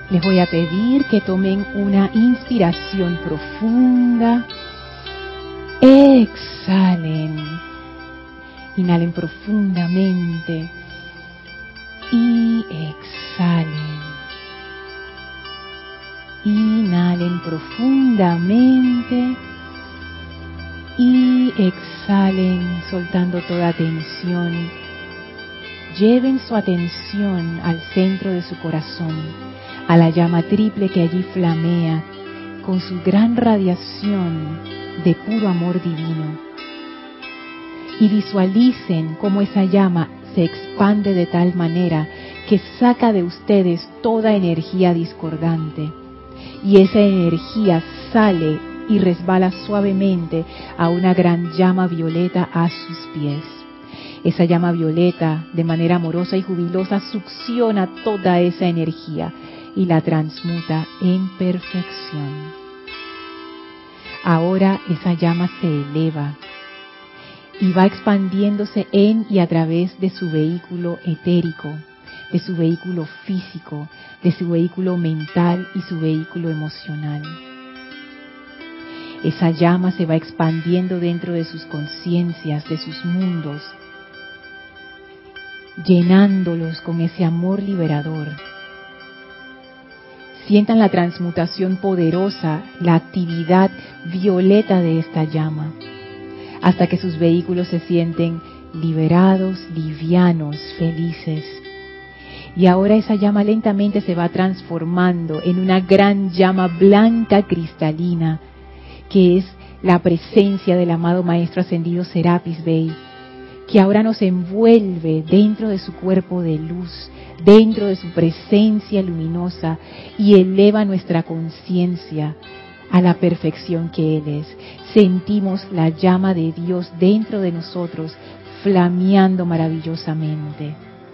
Les voy a pedir que tomen una inspiración profunda. Exhalen. Inhalen profundamente. Y exhalen. Inhalen profundamente. Y exhalen, soltando toda tensión. Lleven su atención al centro de su corazón, a la llama triple que allí flamea con su gran radiación de puro amor divino. Y visualicen cómo esa llama se expande de tal manera que saca de ustedes toda energía discordante. Y esa energía sale y resbala suavemente a una gran llama violeta a sus pies. Esa llama violeta, de manera amorosa y jubilosa, succiona toda esa energía y la transmuta en perfección. Ahora esa llama se eleva y va expandiéndose en y a través de su vehículo etérico, de su vehículo físico, de su vehículo mental y su vehículo emocional. Esa llama se va expandiendo dentro de sus conciencias, de sus mundos, llenándolos con ese amor liberador. Sientan la transmutación poderosa, la actividad violeta de esta llama, hasta que sus vehículos se sienten liberados, livianos, felices. Y ahora esa llama lentamente se va transformando en una gran llama blanca cristalina, que es la presencia del amado Maestro Ascendido Serapis Bey, que ahora nos envuelve dentro de su cuerpo de luz, dentro de su presencia luminosa, y eleva nuestra conciencia a la perfección que Él es. Sentimos la llama de Dios dentro de nosotros, flameando maravillosamente.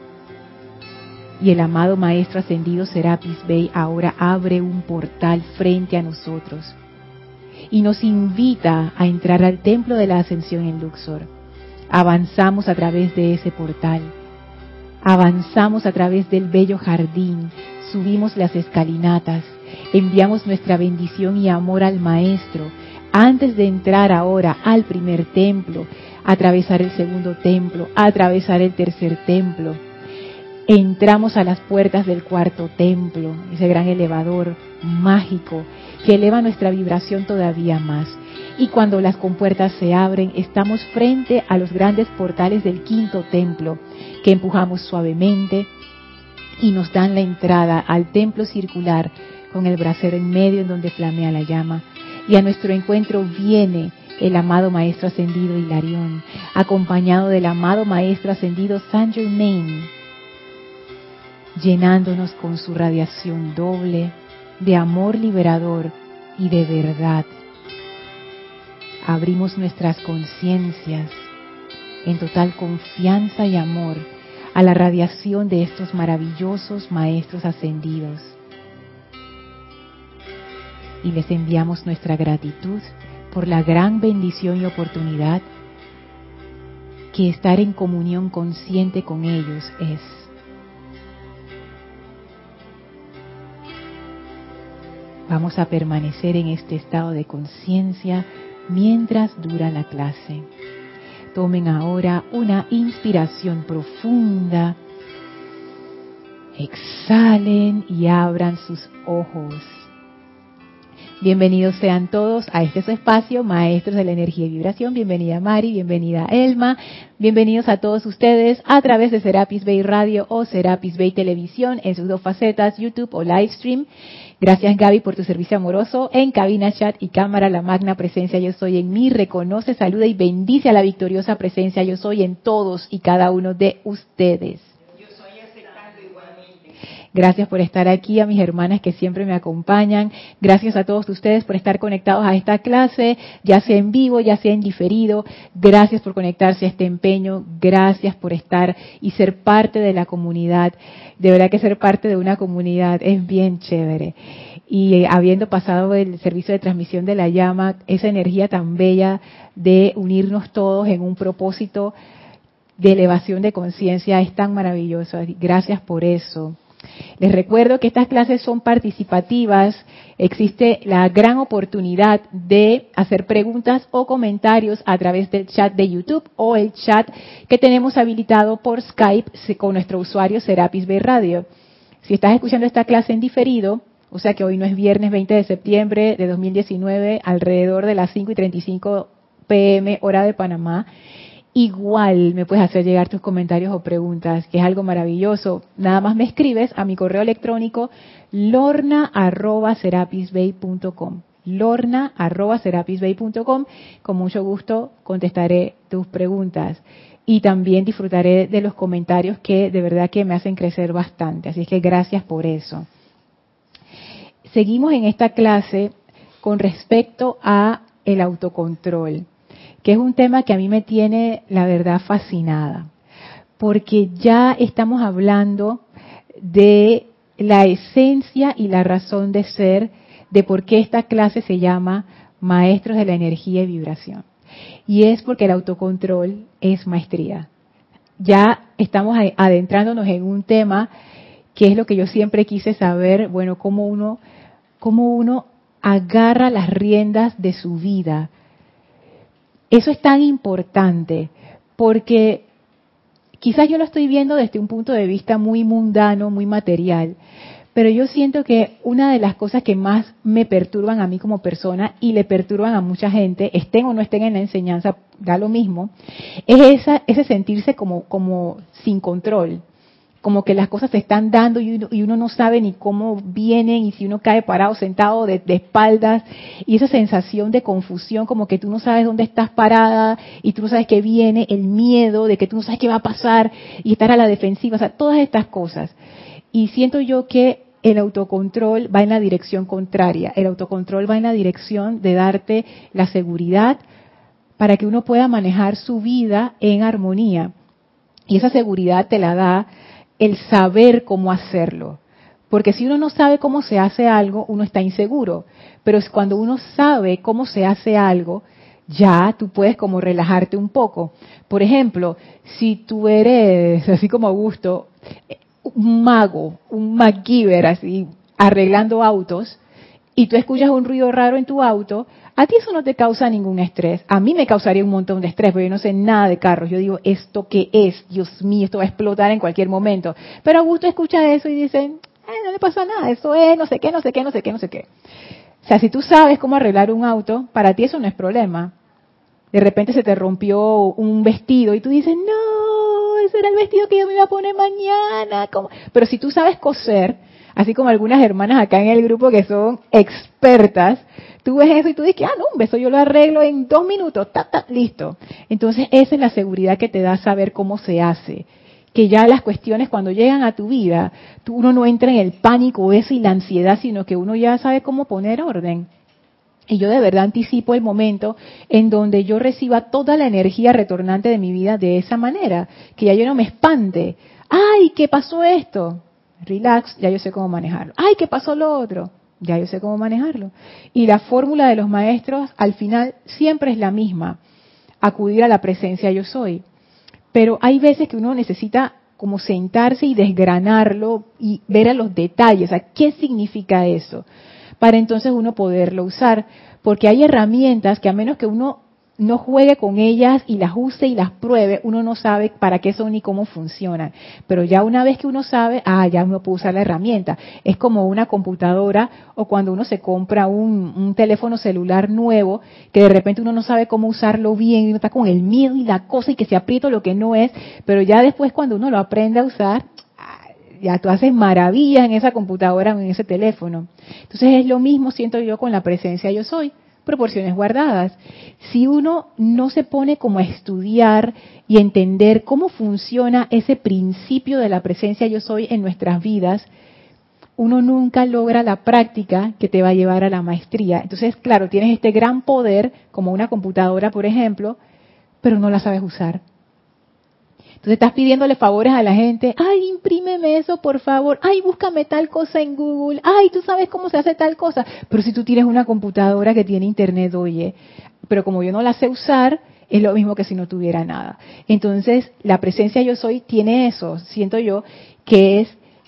Y el amado Maestro Ascendido Serapis Bey ahora abre un portal frente a nosotros y nos invita a entrar al Templo de la Ascensión en Luxor. Avanzamos a través de ese portal, avanzamos a través del bello jardín, subimos las escalinatas, enviamos nuestra bendición y amor al Maestro antes de entrar ahora al primer templo, atravesar el segundo templo, atravesar el tercer templo. Entramos a las puertas del cuarto templo, ese gran elevador mágico que eleva nuestra vibración todavía más. Y cuando las compuertas se abren, estamos frente a los grandes portales del quinto templo, que empujamos suavemente y nos dan la entrada al templo circular con el brasero en medio en donde flamea la llama. Y a nuestro encuentro viene el amado Maestro Ascendido Hilarión, acompañado del amado Maestro Ascendido Saint Germain, llenándonos con su radiación doble de amor liberador y de verdad. Abrimos nuestras conciencias en total confianza y amor a la radiación de estos maravillosos Maestros Ascendidos. Y les enviamos nuestra gratitud por la gran bendición y oportunidad que estar en comunión consciente con ellos es. Vamos a permanecer en este estado de conciencia mientras dura la clase. Tomen ahora una inspiración profunda. Exhalen y abran sus ojos. Bienvenidos sean todos a este su espacio, Maestros de la Energía y Vibración. Bienvenida Mari, bienvenida Elma. Bienvenidos a todos ustedes a través de Serapis Bay Radio o Serapis Bay Televisión en sus dos facetas, YouTube o Livestream. Gracias Gaby por tu servicio amoroso en cabina, chat y cámara. La magna presencia Yo Soy en mí reconoce, saluda y bendice a la victoriosa presencia Yo Soy en todos y cada uno de ustedes. Gracias por estar aquí, a mis hermanas que siempre me acompañan. Gracias a todos ustedes por estar conectados a esta clase, ya sea en vivo, ya sea en diferido. Gracias por conectarse a este empeño. Gracias por estar y ser parte de la comunidad. De verdad que ser parte de una comunidad es bien chévere. Y habiendo pasado el servicio de transmisión de la llama, esa energía tan bella de unirnos todos en un propósito de elevación de conciencia es tan maravilloso. Gracias por eso. Les recuerdo que estas clases son participativas. Existe la gran oportunidad de hacer preguntas o comentarios a través del chat de YouTube o el chat que tenemos habilitado por Skype con nuestro usuario Serapis Bay Radio. Si estás escuchando esta clase en diferido, o sea que hoy no es viernes 20 de septiembre de 2019, alrededor de las 5:35 p.m. hora de Panamá, igual me puedes hacer llegar tus comentarios o preguntas, que es algo maravilloso. Nada más me escribes a mi correo electrónico lorna@serapisbay.com. lorna@serapisbay.com. Con mucho gusto contestaré tus preguntas. Y también disfrutaré de los comentarios que de verdad que me hacen crecer bastante. Así que gracias por eso. Seguimos en esta clase con respecto a el autocontrol, que es un tema que a mí me tiene, la verdad, fascinada, porque ya estamos hablando de la esencia y la razón de ser de por qué esta clase se llama Maestros de la Energía y Vibración. Y es porque el autocontrol es maestría. Ya estamos adentrándonos en un tema que es lo que yo siempre quise saber, bueno, cómo uno agarra las riendas de su vida. Eso es tan importante porque quizás yo lo estoy viendo desde un punto de vista muy mundano, muy material, pero yo siento que una de las cosas que más me perturban a mí como persona y le perturban a mucha gente, estén o no estén en la enseñanza, da lo mismo, es ese sentirse como sin control, como que las cosas se están dando y uno no sabe ni cómo vienen, y si uno cae parado, sentado, de espaldas, y esa sensación de confusión, como que tú no sabes dónde estás parada y tú no sabes qué viene, el miedo de que tú no sabes qué va a pasar y estar a la defensiva, o sea, todas estas cosas. Y siento yo que el autocontrol va en la dirección contraria. El autocontrol va en la dirección de darte la seguridad para que uno pueda manejar su vida en armonía. Y esa seguridad te la da el saber cómo hacerlo. Porque si uno no sabe cómo se hace algo, uno está inseguro. Pero es cuando uno sabe cómo se hace algo, ya tú puedes como relajarte un poco. Por ejemplo, si tú eres, así como Augusto, un mago, un MacGyver, así, arreglando autos, y tú escuchas un ruido raro en tu auto, a ti eso no te causa ningún estrés. A mí me causaría un montón de estrés, porque yo no sé nada de carros. Yo digo, ¿esto qué es? Dios mío, esto va a explotar en cualquier momento. Pero Augusto escucha eso y dice, no le pasa nada, eso es no sé qué, no sé qué, no sé qué, no sé qué. O sea, si tú sabes cómo arreglar un auto, para ti eso no es problema. De repente se te rompió un vestido y tú dices, no, ese era el vestido que yo me iba a poner mañana. ¿Cómo? Pero si tú sabes coser, así como algunas hermanas acá en el grupo que son expertas, tú ves eso y tú dices, no, eso yo lo arreglo en 2 minutos, listo. Entonces esa es la seguridad que te da saber cómo se hace. Que ya las cuestiones cuando llegan a tu vida, uno no entra en el pánico eso y la ansiedad, sino que uno ya sabe cómo poner orden. Y yo de verdad anticipo el momento en donde yo reciba toda la energía retornante de mi vida de esa manera, que ya yo no me espante. ¡Ay, qué pasó esto! Relax, ya yo sé cómo manejarlo. ¡Ay, qué pasó lo otro! Ya yo sé cómo manejarlo. Y la fórmula de los maestros al final siempre es la misma, acudir a la presencia yo soy. Pero hay veces que uno necesita como sentarse y desgranarlo y ver a los detalles, a qué significa eso, para entonces uno poderlo usar, porque hay herramientas que a menos que uno no juegue con ellas y las use y las pruebe, uno no sabe para qué son ni cómo funcionan. Pero ya una vez que uno sabe, ya uno puede usar la herramienta. Es como una computadora o cuando uno se compra un teléfono celular nuevo, que de repente uno no sabe cómo usarlo bien y uno está con el miedo y la cosa y que se aprieta lo que no es, pero ya después cuando uno lo aprende a usar, ya tú haces maravillas en esa computadora o en ese teléfono. Entonces es lo mismo, siento yo, con la presencia yo soy, proporciones guardadas. Si uno no se pone como a estudiar y entender cómo funciona ese principio de la presencia yo soy en nuestras vidas, uno nunca logra la práctica que te va a llevar a la maestría. Entonces, claro, tienes este gran poder, como una computadora, por ejemplo, pero no la sabes usar. Entonces estás pidiéndole favores a la gente, ay, imprímeme eso, por favor, ay, búscame tal cosa en Google, ay, tú sabes cómo se hace tal cosa. Pero si tú tienes una computadora que tiene internet, oye, pero como yo no la sé usar, es lo mismo que si no tuviera nada. Entonces, la presencia yo soy tiene eso, siento yo, que es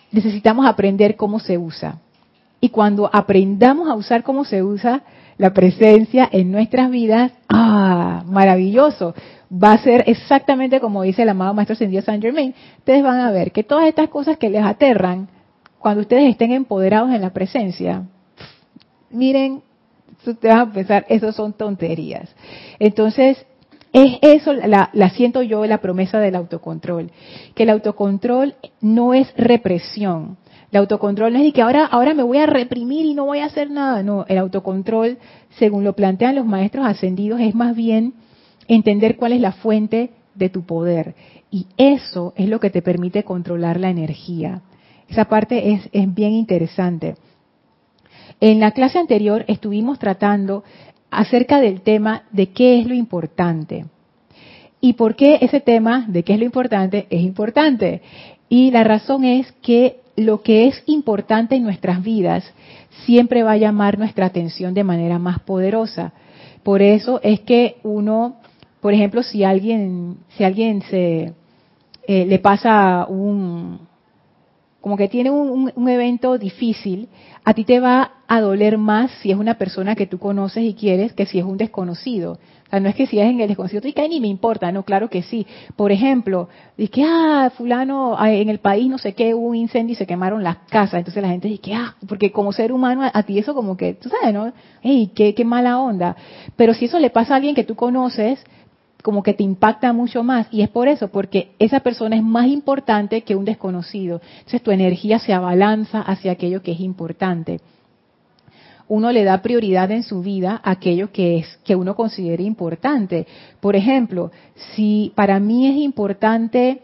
necesitamos aprender cómo se usa. Y cuando aprendamos a usar cómo se usa la presencia en nuestras vidas, maravilloso. Va a ser exactamente como dice el amado Maestro Ascendido Saint Germain. Ustedes van a ver que todas estas cosas que les aterran, cuando ustedes estén empoderados en la presencia, miren, ustedes van a pensar, eso son tonterías. Entonces, es eso, la siento yo, la promesa del autocontrol. Que el autocontrol no es represión. El autocontrol no es de que ahora me voy a reprimir y no voy a hacer nada. No, el autocontrol, según lo plantean los maestros ascendidos, es más bien entender cuál es la fuente de tu poder. Y eso es lo que te permite controlar la energía. Esa parte es bien interesante. En la clase anterior estuvimos tratando acerca del tema de qué es lo importante. ¿Y por qué ese tema de qué es lo importante es importante? Y la razón es que lo que es importante en nuestras vidas siempre va a llamar nuestra atención de manera más poderosa. Por eso es que uno, por ejemplo, si alguien se le pasa como que tiene un evento difícil, a ti te va a doler más si es una persona que tú conoces y quieres que si es un desconocido. O sea, no es que si es en el desconocido, tú dices, ni me importa, no, claro que sí. Por ejemplo, dice que, fulano, en el país no sé qué, hubo un incendio y se quemaron las casas. Entonces la gente dice que, porque como ser humano a ti eso como que, tú sabes, ¿no? ¡Ey, qué mala onda! Pero si eso le pasa a alguien que tú conoces, como que te impacta mucho más, y es por eso, porque esa persona es más importante que un desconocido. Entonces tu energía se abalanza hacia aquello que es importante. Uno le da prioridad en su vida a aquello que uno considere importante. Por ejemplo, si para mí es importante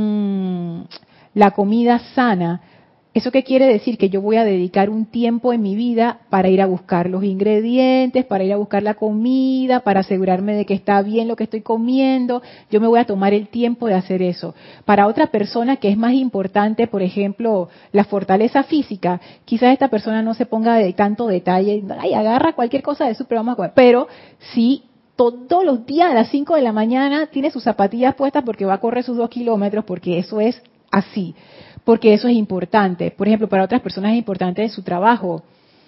la comida sana, ¿eso qué quiere decir? Que yo voy a dedicar un tiempo en mi vida para ir a buscar los ingredientes, para ir a buscar la comida, para asegurarme de que está bien lo que estoy comiendo. Yo me voy a tomar el tiempo de hacer eso. Para otra persona que es más importante, por ejemplo, la fortaleza física, quizás esta persona no se ponga de tanto detalle, agarra cualquier cosa de eso, pero vamos a comer. Pero sí, todos los días a las 5 de la mañana tiene sus zapatillas puestas porque va a correr sus 2 kilómetros, porque eso es así. Porque eso es importante. Por ejemplo, para otras personas es importante de su trabajo.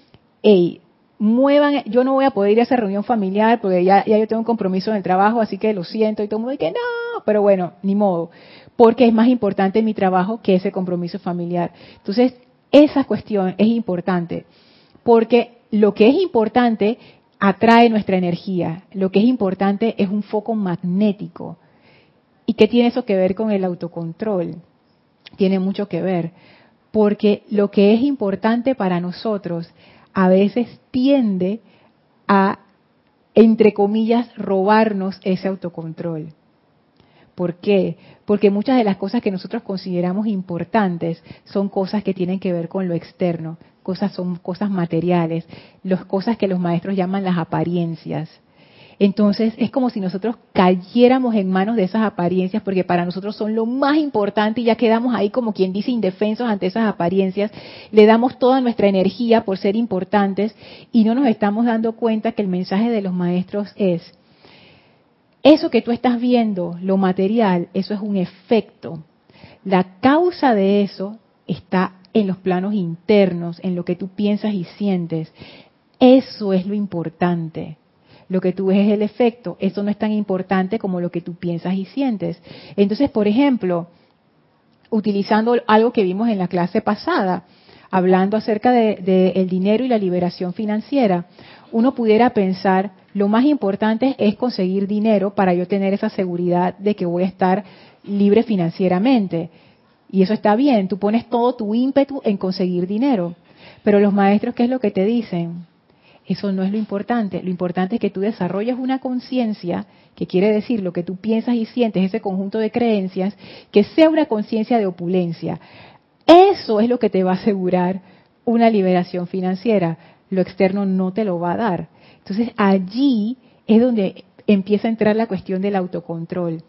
Yo no voy a poder ir a esa reunión familiar porque ya yo tengo un compromiso en el trabajo, así que lo siento. Y todo el mundo dice que no, pero bueno, ni modo. Porque es más importante mi trabajo que ese compromiso familiar. Entonces, esa cuestión es importante. Porque lo que es importante atrae nuestra energía. Lo que es importante es un foco magnético. ¿Y qué tiene eso que ver con el autocontrol? Tiene mucho que ver, porque lo que es importante para nosotros a veces tiende a, entre comillas, robarnos ese autocontrol. ¿Por qué? Porque muchas de las cosas que nosotros consideramos importantes son cosas que tienen que ver con lo externo, son cosas materiales, las cosas que los maestros llaman las apariencias. Entonces es como si nosotros cayéramos en manos de esas apariencias, porque para nosotros son lo más importante y ya quedamos ahí como quien dice indefensos ante esas apariencias, le damos toda nuestra energía por ser importantes y no nos estamos dando cuenta que el mensaje de los maestros es, eso que tú estás viendo, lo material, eso es un efecto. La causa de eso está en los planos internos, en lo que tú piensas y sientes. Eso es lo importante. Lo que tú ves es el efecto. Eso no es tan importante como lo que tú piensas y sientes. Entonces, por ejemplo, utilizando algo que vimos en la clase pasada, hablando acerca de el dinero y la liberación financiera, uno pudiera pensar, lo más importante es conseguir dinero para yo tener esa seguridad de que voy a estar libre financieramente. Y eso está bien, tú pones todo tu ímpetu en conseguir dinero. Pero los maestros, ¿qué es lo que te dicen? Eso no es lo importante. Lo importante es que tú desarrolles una conciencia, que quiere decir lo que tú piensas y sientes, ese conjunto de creencias, que sea una conciencia de opulencia. Eso es lo que te va a asegurar una liberación financiera. Lo externo no te lo va a dar. Entonces allí es donde empieza a entrar la cuestión del autocontrol.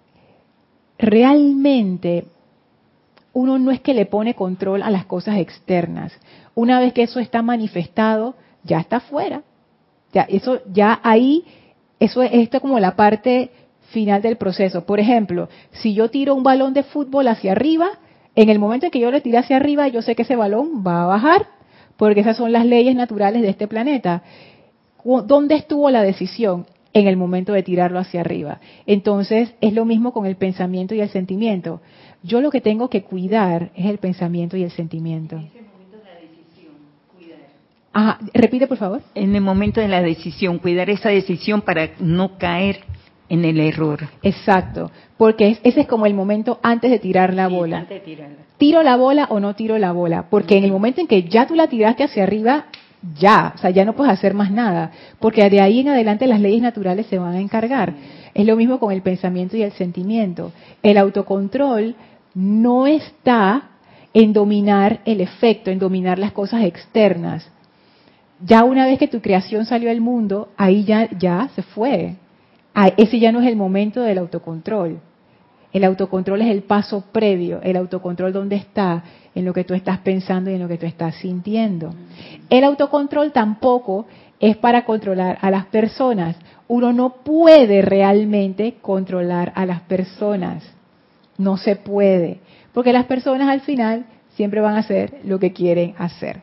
Realmente uno no es que le pone control a las cosas externas. Una vez que eso está manifestado, ya está fuera. Ya eso ya ahí eso es esto como la parte final del proceso. Por ejemplo, si yo tiro un balón de fútbol hacia arriba, En el momento en que yo lo tire hacia arriba, yo sé que ese balón va a bajar, porque esas son las leyes naturales de este planeta. ¿Dónde estuvo la decisión? En el momento de tirarlo hacia arriba. Entonces, es lo mismo con el pensamiento y el sentimiento. Yo lo que tengo que cuidar es el pensamiento y el sentimiento. En ese momento de la decisión, cuidar. Ajá, repite por favor. En el momento de la decisión, cuidar esa decisión para no caer en el error. Exacto, porque ese es como el momento antes de tirar la bola. Antes de tirarla. ¿Tiro la bola o no tiro la bola? Porque en el momento en que ya tú la tiraste hacia arriba, ya, o sea, ya no puedes hacer más nada, porque de ahí en adelante las leyes naturales se van a encargar. Es lo mismo con el pensamiento y el sentimiento. El autocontrol no está en dominar el efecto, en dominar las cosas externas. Ya una vez que tu creación salió al mundo, ahí ya se fue. Ese ya no es el momento del autocontrol. El autocontrol es el paso previo. El autocontrol, ¿dónde está? En lo que tú estás pensando y en lo que tú estás sintiendo. El autocontrol tampoco es para controlar a las personas. Uno no puede realmente controlar a las personas. No se puede. Porque las personas al final siempre van a hacer lo que quieren hacer.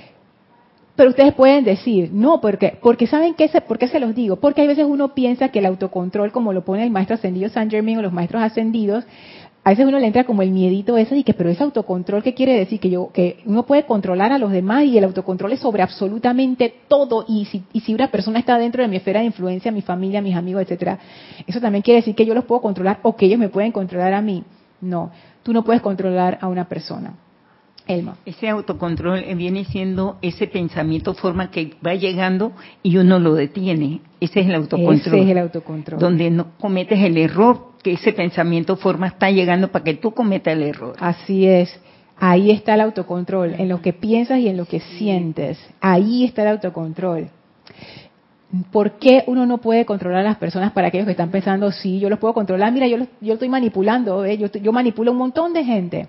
Pero ustedes pueden decir, no, porque ¿saben por qué se los digo? Porque hay veces uno piensa que el autocontrol, como lo pone el maestro ascendido Saint Germain o los maestros ascendidos, a veces uno le entra como el miedito ese y que, pero ese autocontrol, ¿qué quiere decir? Que uno puede controlar a los demás y el autocontrol es sobre absolutamente todo. Y si una persona está dentro de mi esfera de influencia, mi familia, mis amigos, etcétera, eso también quiere decir que yo los puedo controlar o que ellos me pueden controlar a mí. No, tú no puedes controlar a una persona. Elma. Ese autocontrol viene siendo ese pensamiento, forma que va llegando y uno lo detiene. Ese es el autocontrol. Ese es el autocontrol. Donde no cometes el error, que ese pensamiento, forma está llegando para que tú cometas el error. Así es. Ahí está el autocontrol, en lo que piensas y en lo que sientes. Ahí está el autocontrol. ¿Por qué uno no puede controlar a las personas para aquellos que están pensando, sí, yo los puedo controlar? Mira, yo estoy manipulando, yo manipulo un montón de gente.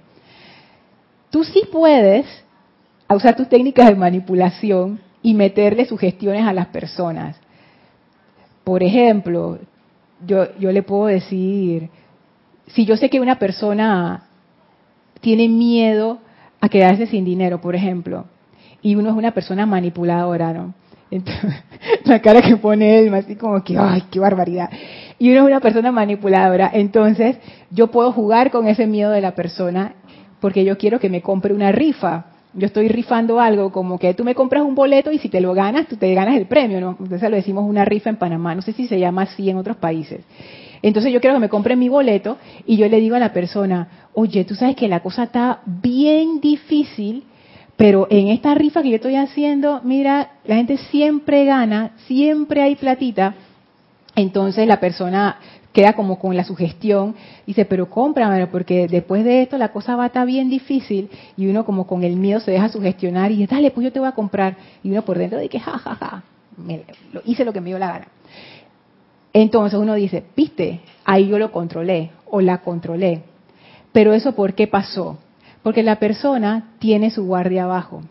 Tú sí puedes usar tus técnicas de manipulación y meterle sugestiones a las personas. Por ejemplo, yo le puedo decir, si yo sé que una persona tiene miedo a quedarse sin dinero, por ejemplo, y uno es una persona manipuladora, ¿no? Entonces, la cara que pone él, así como que, ¡ay, qué barbaridad! Y uno es una persona manipuladora, entonces yo puedo jugar con ese miedo de la persona porque yo quiero que me compre una rifa. Yo estoy rifando algo como que tú me compras un boleto y si te lo ganas, tú te ganas el premio, ¿no? Entonces lo decimos una rifa en Panamá, no sé si se llama así en otros países. Entonces yo quiero que me compre mi boleto y yo le digo a la persona, oye, tú sabes que la cosa está bien difícil, pero en esta rifa que yo estoy haciendo, mira, la gente siempre gana, siempre hay platita. Entonces la persona queda como con la sugestión, dice, pero cómpramelo, porque después de esto la cosa va a estar bien difícil, y uno como con el miedo se deja sugestionar y dice, dale, pues yo te voy a comprar, y uno por dentro de que, jajaja, hice lo que me dio la gana. Entonces uno dice, viste, ahí yo lo controlé, o la controlé. Pero eso ¿por qué pasó? Porque la persona tiene su guardia abajo.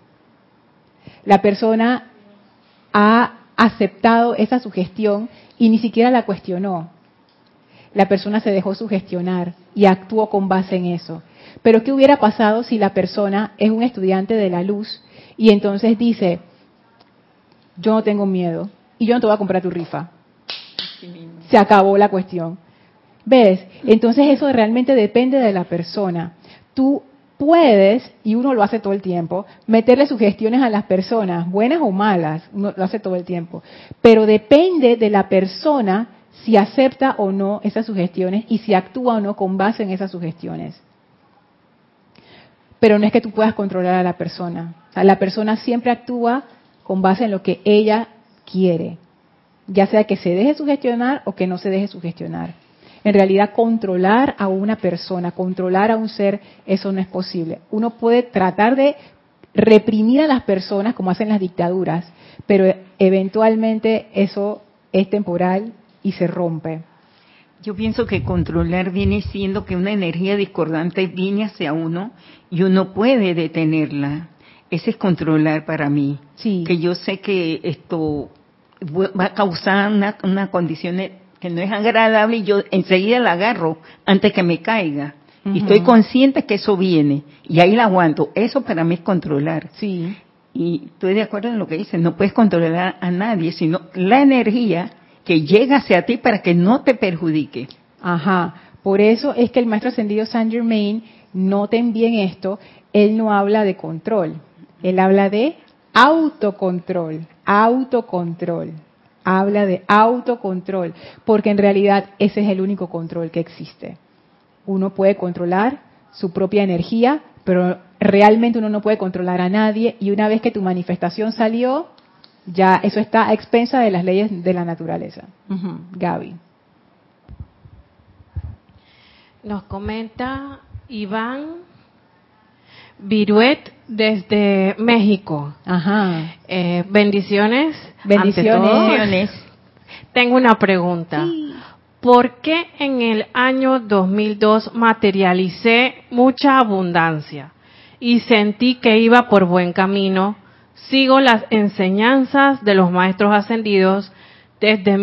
La persona ha aceptado esa sugestión y ni siquiera la cuestionó. La persona se dejó sugestionar y actuó con base en eso. Pero ¿qué hubiera pasado si la persona es un estudiante de la luz y entonces dice, yo no tengo miedo y yo no te voy a comprar tu rifa? Se acabó la cuestión. ¿Ves? Entonces eso realmente depende de la persona. Tú puedes, y uno lo hace todo el tiempo, meterle sugestiones a las personas, buenas o malas, uno lo hace todo el tiempo. Pero depende de la persona si acepta o no esas sugestiones y si actúa o no con base en esas sugestiones. Pero no es que tú puedas controlar a la persona. O sea, la persona siempre actúa con base en lo que ella quiere. Ya sea que se deje sugestionar o que no se deje sugestionar. En realidad, controlar a una persona, controlar a un ser, eso no es posible. Uno puede tratar de reprimir a las personas como hacen las dictaduras, pero eventualmente eso es temporal y se rompe. Yo pienso que controlar viene siendo que una energía discordante viene hacia uno y uno puede detenerla. Ese es controlar para mí. Sí. Que yo sé que esto va a causar una condición que no es agradable y yo enseguida la agarro antes que me caiga. Y estoy consciente que eso viene y ahí la aguanto. Eso para mí es controlar. Sí. Y estoy de acuerdo en lo que dicen, no puedes controlar a nadie, sino la energía que llega hacia ti para que no te perjudique. Ajá. Por eso es que el maestro ascendido Saint Germain, noten bien esto, él no habla de control, él habla de autocontrol, autocontrol. Habla de autocontrol, porque en realidad ese es el único control que existe. Uno puede controlar su propia energía, pero realmente uno no puede controlar a nadie, y una vez que tu manifestación salió, ya eso está a expensa de las leyes de la naturaleza. Gaby. Nos comenta Iván Viruet desde México. Ajá. Bendiciones. Bendiciones. Tengo una pregunta. Sí. ¿Por qué en el año 2002 materialicé mucha abundancia y sentí que iba por buen camino? Sigo las enseñanzas de los maestros ascendidos desde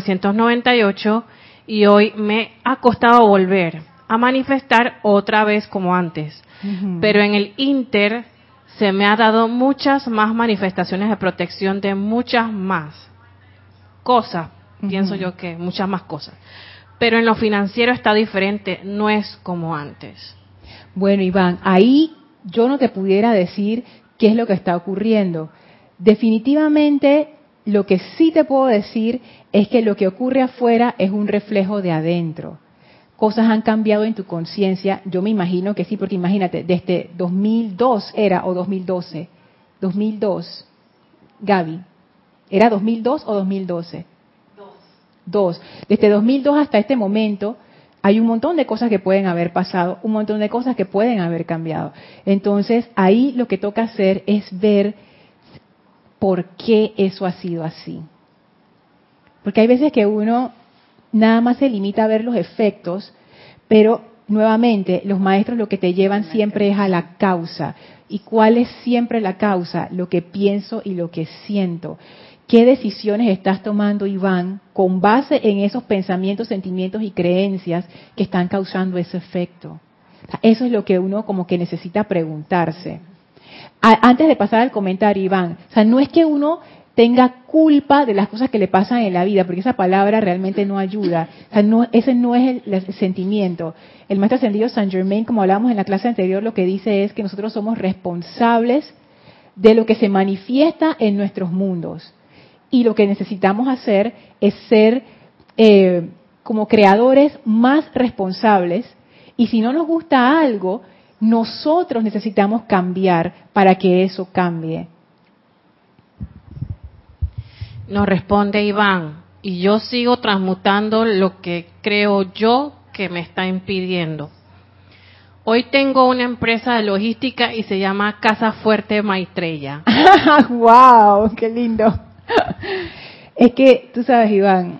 1998 y hoy me ha costado volver a manifestar otra vez como antes. Pero en el Inter se me ha dado muchas más manifestaciones de protección de muchas más cosas. Pienso yo que muchas más cosas. Pero en lo financiero está diferente, no es como antes. Bueno, Iván, ahí yo no te pudiera decir qué es lo que está ocurriendo. Definitivamente, lo que sí te puedo decir es que lo que ocurre afuera es un reflejo de adentro. Cosas han cambiado en tu conciencia, yo me imagino que sí, porque imagínate, desde 2002 era, o 2012, 2002, Gaby, ¿era 2002 o 2012? Dos. Desde 2002 hasta este momento hay un montón de cosas que pueden haber pasado, un montón de cosas que pueden haber cambiado. Entonces, ahí lo que toca hacer es ver por qué eso ha sido así. Porque hay veces que uno nada más se limita a ver los efectos, pero nuevamente los maestros lo que te llevan siempre es a la causa. ¿Y cuál es siempre la causa? Lo que pienso y lo que siento. ¿Qué decisiones estás tomando, Iván, con base en esos pensamientos, sentimientos y creencias que están causando ese efecto? O sea, eso es lo que uno como que necesita preguntarse. Antes de pasar al comentario, Iván, o sea, no es que uno tenga culpa de las cosas que le pasan en la vida, porque esa palabra realmente no ayuda. O sea, no, ese no es el sentimiento. El maestro ascendido Saint Germain, como hablábamos en la clase anterior, lo que dice es que nosotros somos responsables de lo que se manifiesta en nuestros mundos. Y lo que necesitamos hacer es ser como creadores más responsables. Y si no nos gusta algo, nosotros necesitamos cambiar para que eso cambie. Nos responde Iván, y yo sigo transmutando lo que creo yo que me está impidiendo. Hoy tengo una empresa de logística y se llama Casa Fuerte Maitreya. ¡Wow! ¡Qué lindo! Es que, tú sabes, Iván,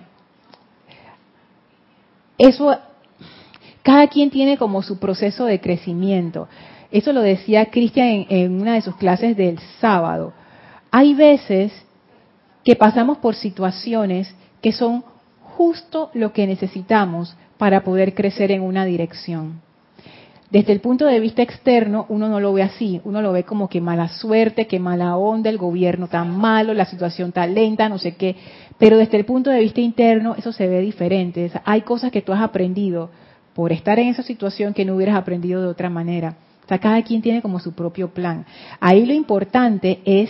eso, cada quien tiene como su proceso de crecimiento. Eso lo decía Cristian en una de sus clases del sábado. Hay veces que pasamos por situaciones que son justo lo que necesitamos para poder crecer en una dirección. Desde el punto de vista externo, uno no lo ve así, uno lo ve como que mala suerte, que mala onda, el gobierno tan malo, la situación tan lenta, no sé qué, pero desde el punto de vista interno eso se ve diferente. O sea, hay cosas que tú has aprendido por estar en esa situación que no hubieras aprendido de otra manera. O sea, cada quien tiene como su propio plan. Ahí lo importante es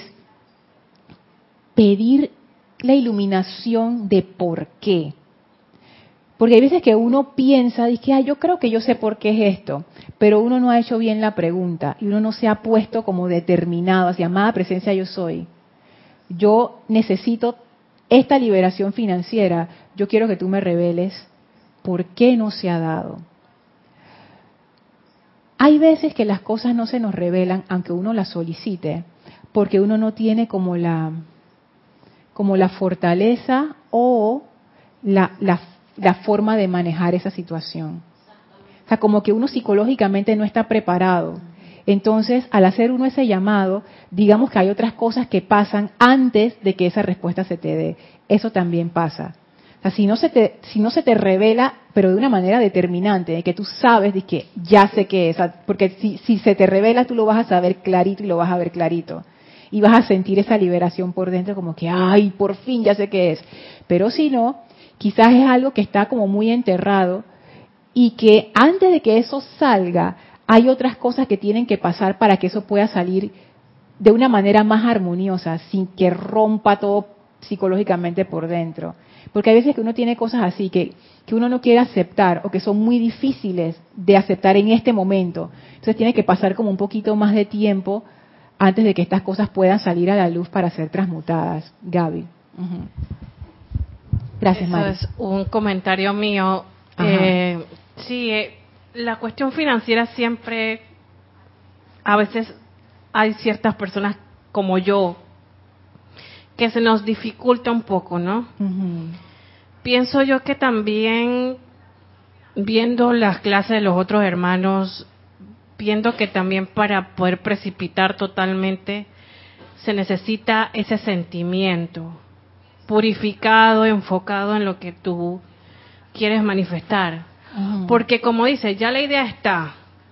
pedir la iluminación de por qué. Porque hay veces que uno piensa, dice, yo creo que yo sé por qué es esto, pero uno no ha hecho bien la pregunta y uno no se ha puesto como determinado, así, amada presencia yo soy. Yo necesito esta liberación financiera, yo quiero que tú me reveles por qué no se ha dado. Hay veces que las cosas no se nos revelan aunque uno las solicite, porque uno no tiene como la fortaleza o la forma de manejar esa situación. O sea, como que uno psicológicamente no está preparado. Entonces, al hacer uno ese llamado, digamos que hay otras cosas que pasan antes de que esa respuesta se te dé. Eso también pasa. O sea, si no se te revela, pero de una manera determinante, de que tú sabes de que ya sé qué es, porque si se te revela tú lo vas a saber clarito y lo vas a ver clarito. Y vas a sentir esa liberación por dentro como que, ay, por fin ya sé qué es. Pero si no, quizás es algo que está como muy enterrado y que antes de que eso salga, hay otras cosas que tienen que pasar para que eso pueda salir de una manera más armoniosa, sin que rompa todo psicológicamente por dentro. Porque hay veces que uno tiene cosas así que uno no quiere aceptar o que son muy difíciles de aceptar en este momento. Entonces tiene que pasar como un poquito más de tiempo antes de que estas cosas puedan salir a la luz para ser transmutadas. Gaby. Uh-huh. Gracias, Mari. Eso es un comentario mío. Sí, la cuestión financiera siempre, a veces hay ciertas personas como yo que se nos dificulta un poco, ¿no? Uh-huh. Pienso yo que también, viendo las clases de los otros hermanos, viendo que también para poder precipitar totalmente se necesita ese sentimiento purificado, enfocado en lo que tú quieres manifestar. Uh-huh. Porque como dice, ya la idea está,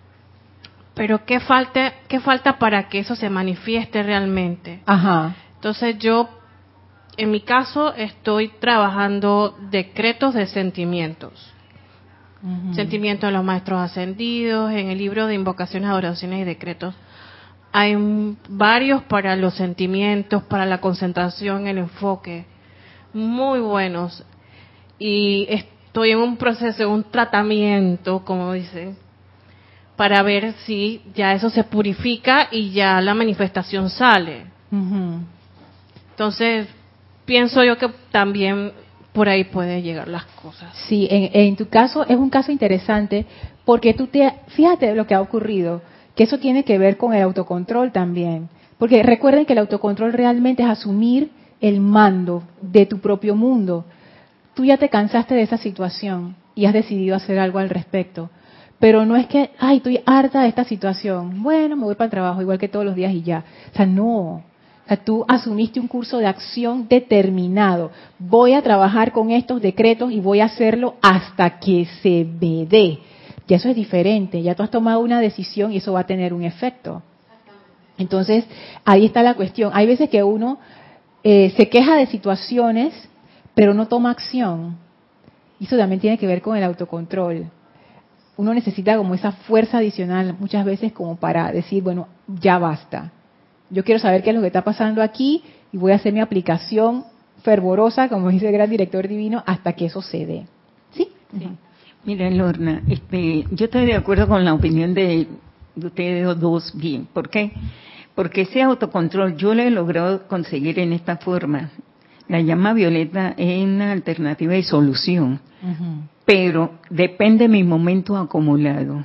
pero ¿qué falta para que eso se manifieste realmente? Ajá. Entonces yo, en mi caso, estoy trabajando decretos de sentimientos. Uh-huh. Sentimientos de los maestros ascendidos, en el libro de invocaciones, adoraciones y decretos. Hay varios para los sentimientos, para la concentración, el enfoque, muy buenos. Y estoy en un proceso, en un tratamiento, como dicen, para ver si ya eso se purifica y ya la manifestación sale. Uh-huh. Entonces, pienso yo que también por ahí pueden llegar las cosas. Sí, en tu caso es un caso interesante porque fíjate lo que ha ocurrido, que eso tiene que ver con el autocontrol también. Porque recuerden que el autocontrol realmente es asumir el mando de tu propio mundo. Tú ya te cansaste de esa situación y has decidido hacer algo al respecto. Pero no es que, ay, estoy harta de esta situación. Bueno, me voy para el trabajo igual que todos los días y ya. O sea, no. O sea, tú asumiste un curso de acción determinado. Voy a trabajar con estos decretos y voy a hacerlo hasta que se me dé. Ya eso es diferente. Ya tú has tomado una decisión y eso va a tener un efecto. Entonces, ahí está la cuestión. Hay veces que uno se queja de situaciones, pero no toma acción. Y eso también tiene que ver con el autocontrol. Uno necesita como esa fuerza adicional muchas veces como para decir, bueno, ya basta. Yo quiero saber qué es lo que está pasando aquí y voy a hacer mi aplicación fervorosa, como dice el gran director divino, hasta que eso se dé. ¿Sí? Sí. Mira, Lorna, yo estoy de acuerdo con la opinión de ustedes dos bien. ¿Por qué? Porque ese autocontrol yo lo he logrado conseguir en esta forma. La llama violeta es una alternativa de solución, pero depende de mi momento acumulado.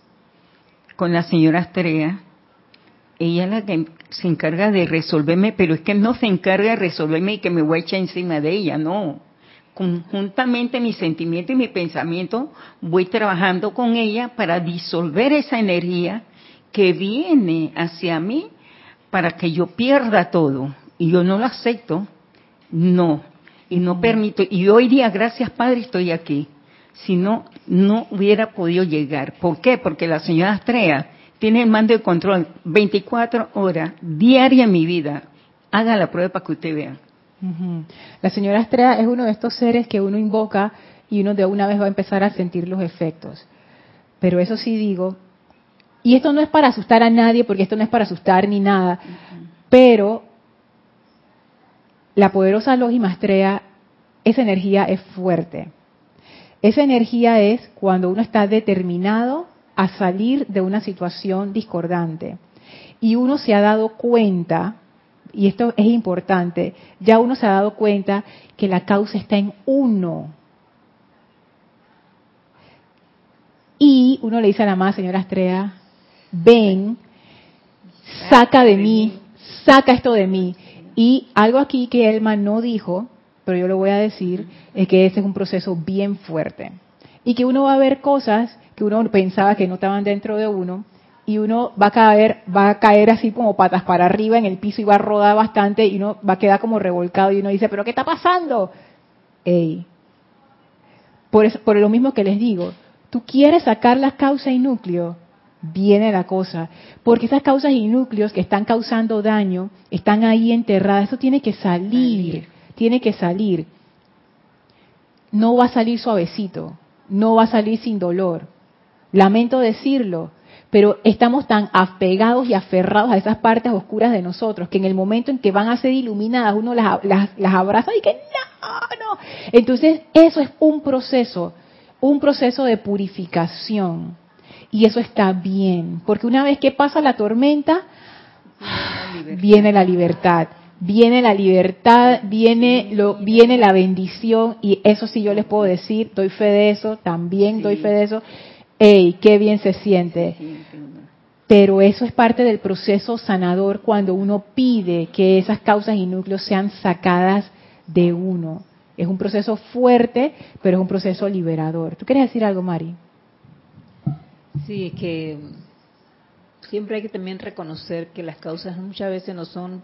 Con la señora Astrea, ella es la que se encarga de resolverme, pero es que no se encarga de resolverme y que me voy a echar encima de ella, no. Conjuntamente mi sentimiento y mi pensamiento voy trabajando con ella para disolver esa energía que viene hacia mí para que yo pierda todo. Y yo no lo acepto. No, y no permito, y hoy día, gracias Padre, estoy aquí. Si no, no hubiera podido llegar. ¿Por qué? Porque la señora Astrea tiene el mando de control 24 horas diaria en mi vida. Haga la prueba para que usted vea. La señora Astrea es uno de estos seres que uno invoca y uno de una vez va a empezar a sentir los efectos. Pero eso sí digo, y esto no es para asustar a nadie, porque esto no es para asustar ni nada, pero la poderosa Elohim Astrea, esa energía es fuerte. Esa energía es cuando uno está determinado a salir de una situación discordante. Y uno se ha dado cuenta, y esto es importante, ya uno se ha dado cuenta que la causa está en uno. Y uno le dice a la amada señora Astrea, ven, saca de mí, saca esto de mí. Y algo aquí que Elma no dijo, pero yo lo voy a decir, es que ese es un proceso bien fuerte. Y que uno va a ver cosas que uno pensaba que no estaban dentro de uno, y uno va a caer así como patas para arriba en el piso y va a rodar bastante, y uno va a quedar como revolcado, y uno dice, ¿pero qué está pasando? Ey, por lo mismo que les digo, tú quieres sacar las causas y núcleos, viene la cosa. Porque esas causas y núcleos que están causando daño, están ahí enterradas, eso tiene que salir, tiene que salir. No va a salir suavecito, no va a salir sin dolor. Lamento decirlo, pero estamos tan apegados y aferrados a esas partes oscuras de nosotros que en el momento en que van a ser iluminadas uno las abraza y que no. Entonces eso es un proceso de purificación. Y eso está bien, porque una vez que pasa la tormenta, viene la libertad. Viene la libertad, viene la bendición, y eso sí yo les puedo decir, doy fe de eso, también doy fe de eso. ¡Ey, qué bien se siente! Pero eso es parte del proceso sanador cuando uno pide que esas causas y núcleos sean sacadas de uno. Es un proceso fuerte, pero es un proceso liberador. ¿Tú quieres decir algo, Mari? Sí, es que siempre hay que también reconocer que las causas muchas veces no son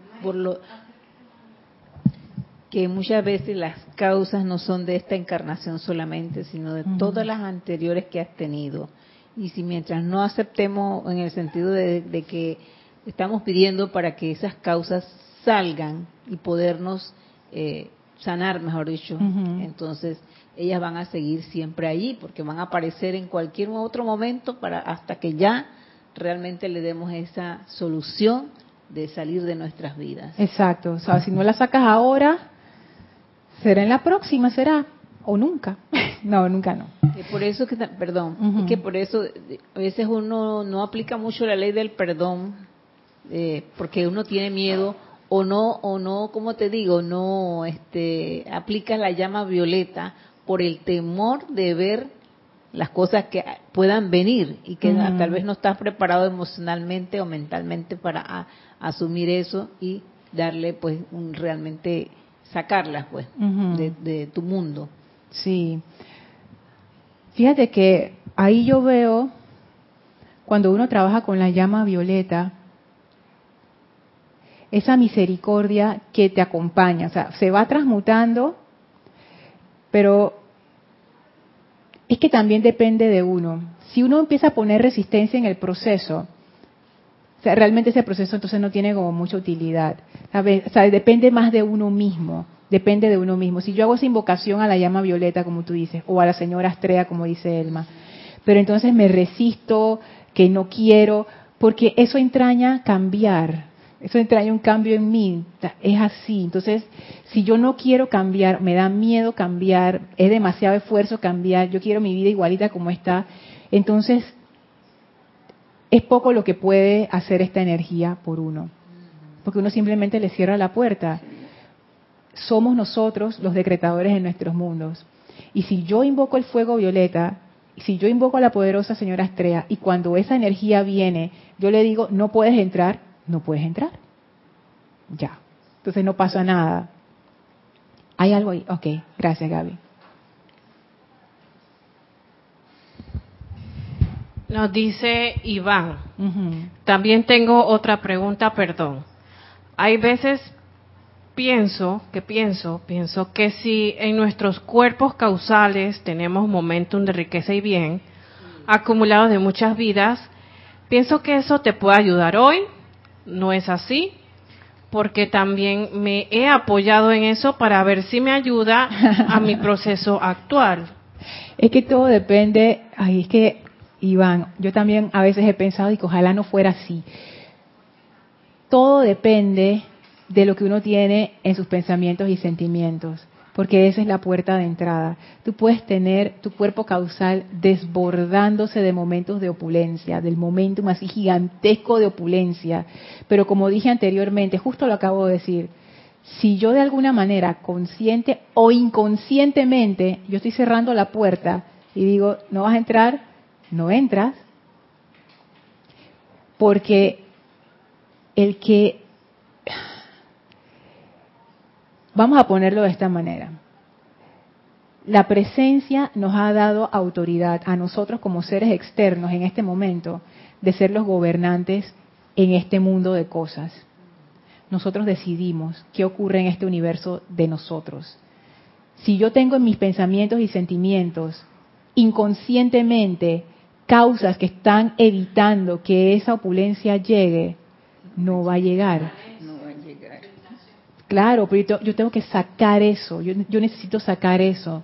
que muchas veces las causas no son de esta encarnación solamente, sino de todas las anteriores que has tenido. Y si mientras no aceptemos en el sentido de que estamos pidiendo para que esas causas salgan y podernos sanar, mejor dicho, entonces ellas van a seguir siempre allí, porque van a aparecer en cualquier otro momento hasta que ya realmente le demos esa solución de salir de nuestras vidas. Exacto. O sea, si no la sacas ahora, será en la próxima, será, o nunca. No, nunca no. Por eso es que por eso a veces uno no aplica mucho la ley del perdón, porque uno tiene miedo o no, como te digo, no aplicas la llama violeta por el temor de ver las cosas que puedan venir y que tal vez no estás preparado emocionalmente o mentalmente para asumir eso y darle pues realmente sacarlas pues de tu mundo. Sí. Fíjate que ahí yo veo, cuando uno trabaja con la llama violeta, esa misericordia que te acompaña, o sea, se va transmutando, pero es que también depende de uno. Si uno empieza a poner resistencia en el proceso, o sea, realmente ese proceso entonces no tiene como mucha utilidad. ¿Sabes? O sea, depende más de uno mismo, depende de uno mismo. Si yo hago esa invocación a la llama violeta, como tú dices, o a la señora Astrea, como dice Elma, pero entonces me resisto, que no quiero, porque eso entraña cambiar, eso entraña un cambio en mí, es así. Entonces, si yo no quiero cambiar, me da miedo cambiar, es demasiado esfuerzo cambiar, yo quiero mi vida igualita como está, entonces es poco lo que puede hacer esta energía por uno, porque uno simplemente le cierra la puerta. Somos nosotros los decretadores de nuestros mundos. Y si yo invoco el fuego violeta, si yo invoco a la poderosa señora Astrea, y cuando esa energía viene, yo le digo, no puedes entrar, no puedes entrar. Ya. Entonces no pasa nada. ¿Hay algo ahí? Ok, gracias, Gaby. Nos dice Iván. También tengo otra pregunta, perdón. Hay veces pienso que si en nuestros cuerpos causales tenemos momentum de riqueza y bien, acumulados de muchas vidas, pienso que eso te puede ayudar hoy. No es así, porque también me he apoyado en eso para ver si me ayuda a mi proceso actual. Es que todo depende, ay, es que, Iván, yo también a veces he pensado y que ojalá no fuera así. Todo depende de lo que uno tiene en sus pensamientos y sentimientos, porque esa es la puerta de entrada. Tú puedes tener tu cuerpo causal desbordándose de momentos de opulencia, del momentum así gigantesco de opulencia, pero como dije anteriormente, justo lo acabo de decir, si yo de alguna manera, consciente o inconscientemente, yo estoy cerrando la puerta y digo, no vas a entrar, no entras, porque el que, vamos a ponerlo de esta manera, la presencia nos ha dado autoridad a nosotros como seres externos en este momento de ser los gobernantes en este mundo de cosas. Nosotros decidimos qué ocurre en este universo de nosotros. si yo tengo en mis pensamientos y sentimientos inconscientemente causas que están evitando que esa opulencia llegue, no va a llegar. No va a llegar. Claro, pero yo tengo que sacar eso, yo necesito sacar eso.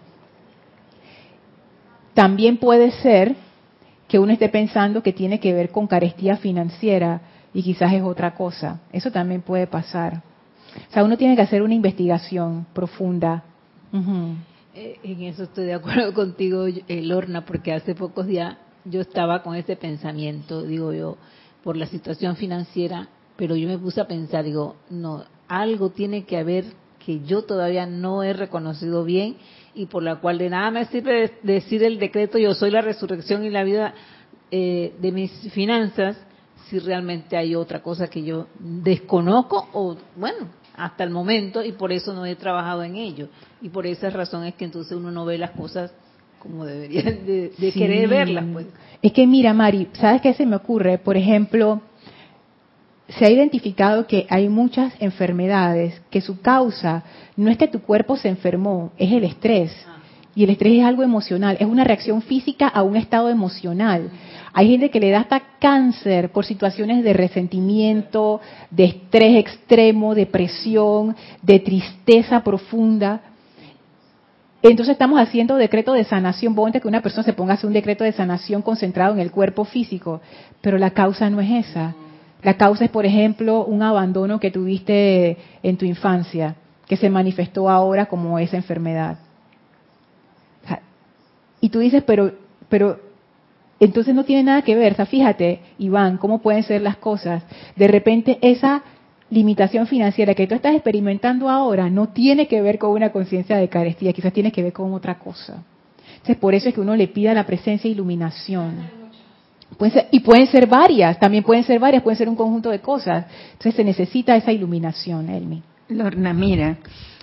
También puede ser que uno esté pensando que tiene que ver con carestía financiera y quizás es otra cosa. Eso también puede pasar. O sea, uno tiene que hacer una investigación profunda. Uh-huh. En eso estoy de acuerdo contigo, Lorna, porque hace pocos días yo estaba con ese pensamiento, digo yo, por la situación financiera, pero yo me puse a pensar, digo, no, algo tiene que haber que yo todavía no he reconocido bien y por la cual de nada me sirve decir el decreto, yo soy la resurrección y la vida de mis finanzas, si realmente hay otra cosa que yo desconozco o, bueno, hasta el momento, y por eso no he trabajado en ello. Y por esa razón es que entonces uno no ve las cosas como deberían de Sí. querer verlas, pues. Es que mira, Mari, ¿sabes qué se me ocurre? Por ejemplo, se ha identificado que hay muchas enfermedades que su causa no es que tu cuerpo se enfermó, es el estrés. Y el estrés es algo emocional, es una reacción física a un estado emocional. Hay gente que le da hasta cáncer por situaciones de resentimiento, de estrés extremo, depresión, de tristeza profunda. Entonces estamos haciendo decreto de sanación. Ponte que una persona se ponga a hacer un decreto de sanación concentrado en el cuerpo físico, pero la causa no es esa. La causa es, por ejemplo, un abandono que tuviste en tu infancia, que se manifestó ahora como esa enfermedad. Y tú dices, pero entonces no tiene nada que ver. O sea, fíjate, Iván, cómo pueden ser las cosas. De repente esa limitación financiera que tú estás experimentando ahora no tiene que ver con una conciencia de carestía, quizás tiene que ver con otra cosa. Entonces, por eso es que uno le pida la presencia e iluminación. Pueden ser varias, también pueden ser varias, pueden ser un conjunto de cosas. Entonces se necesita esa iluminación, Elmi. Lorna, mira,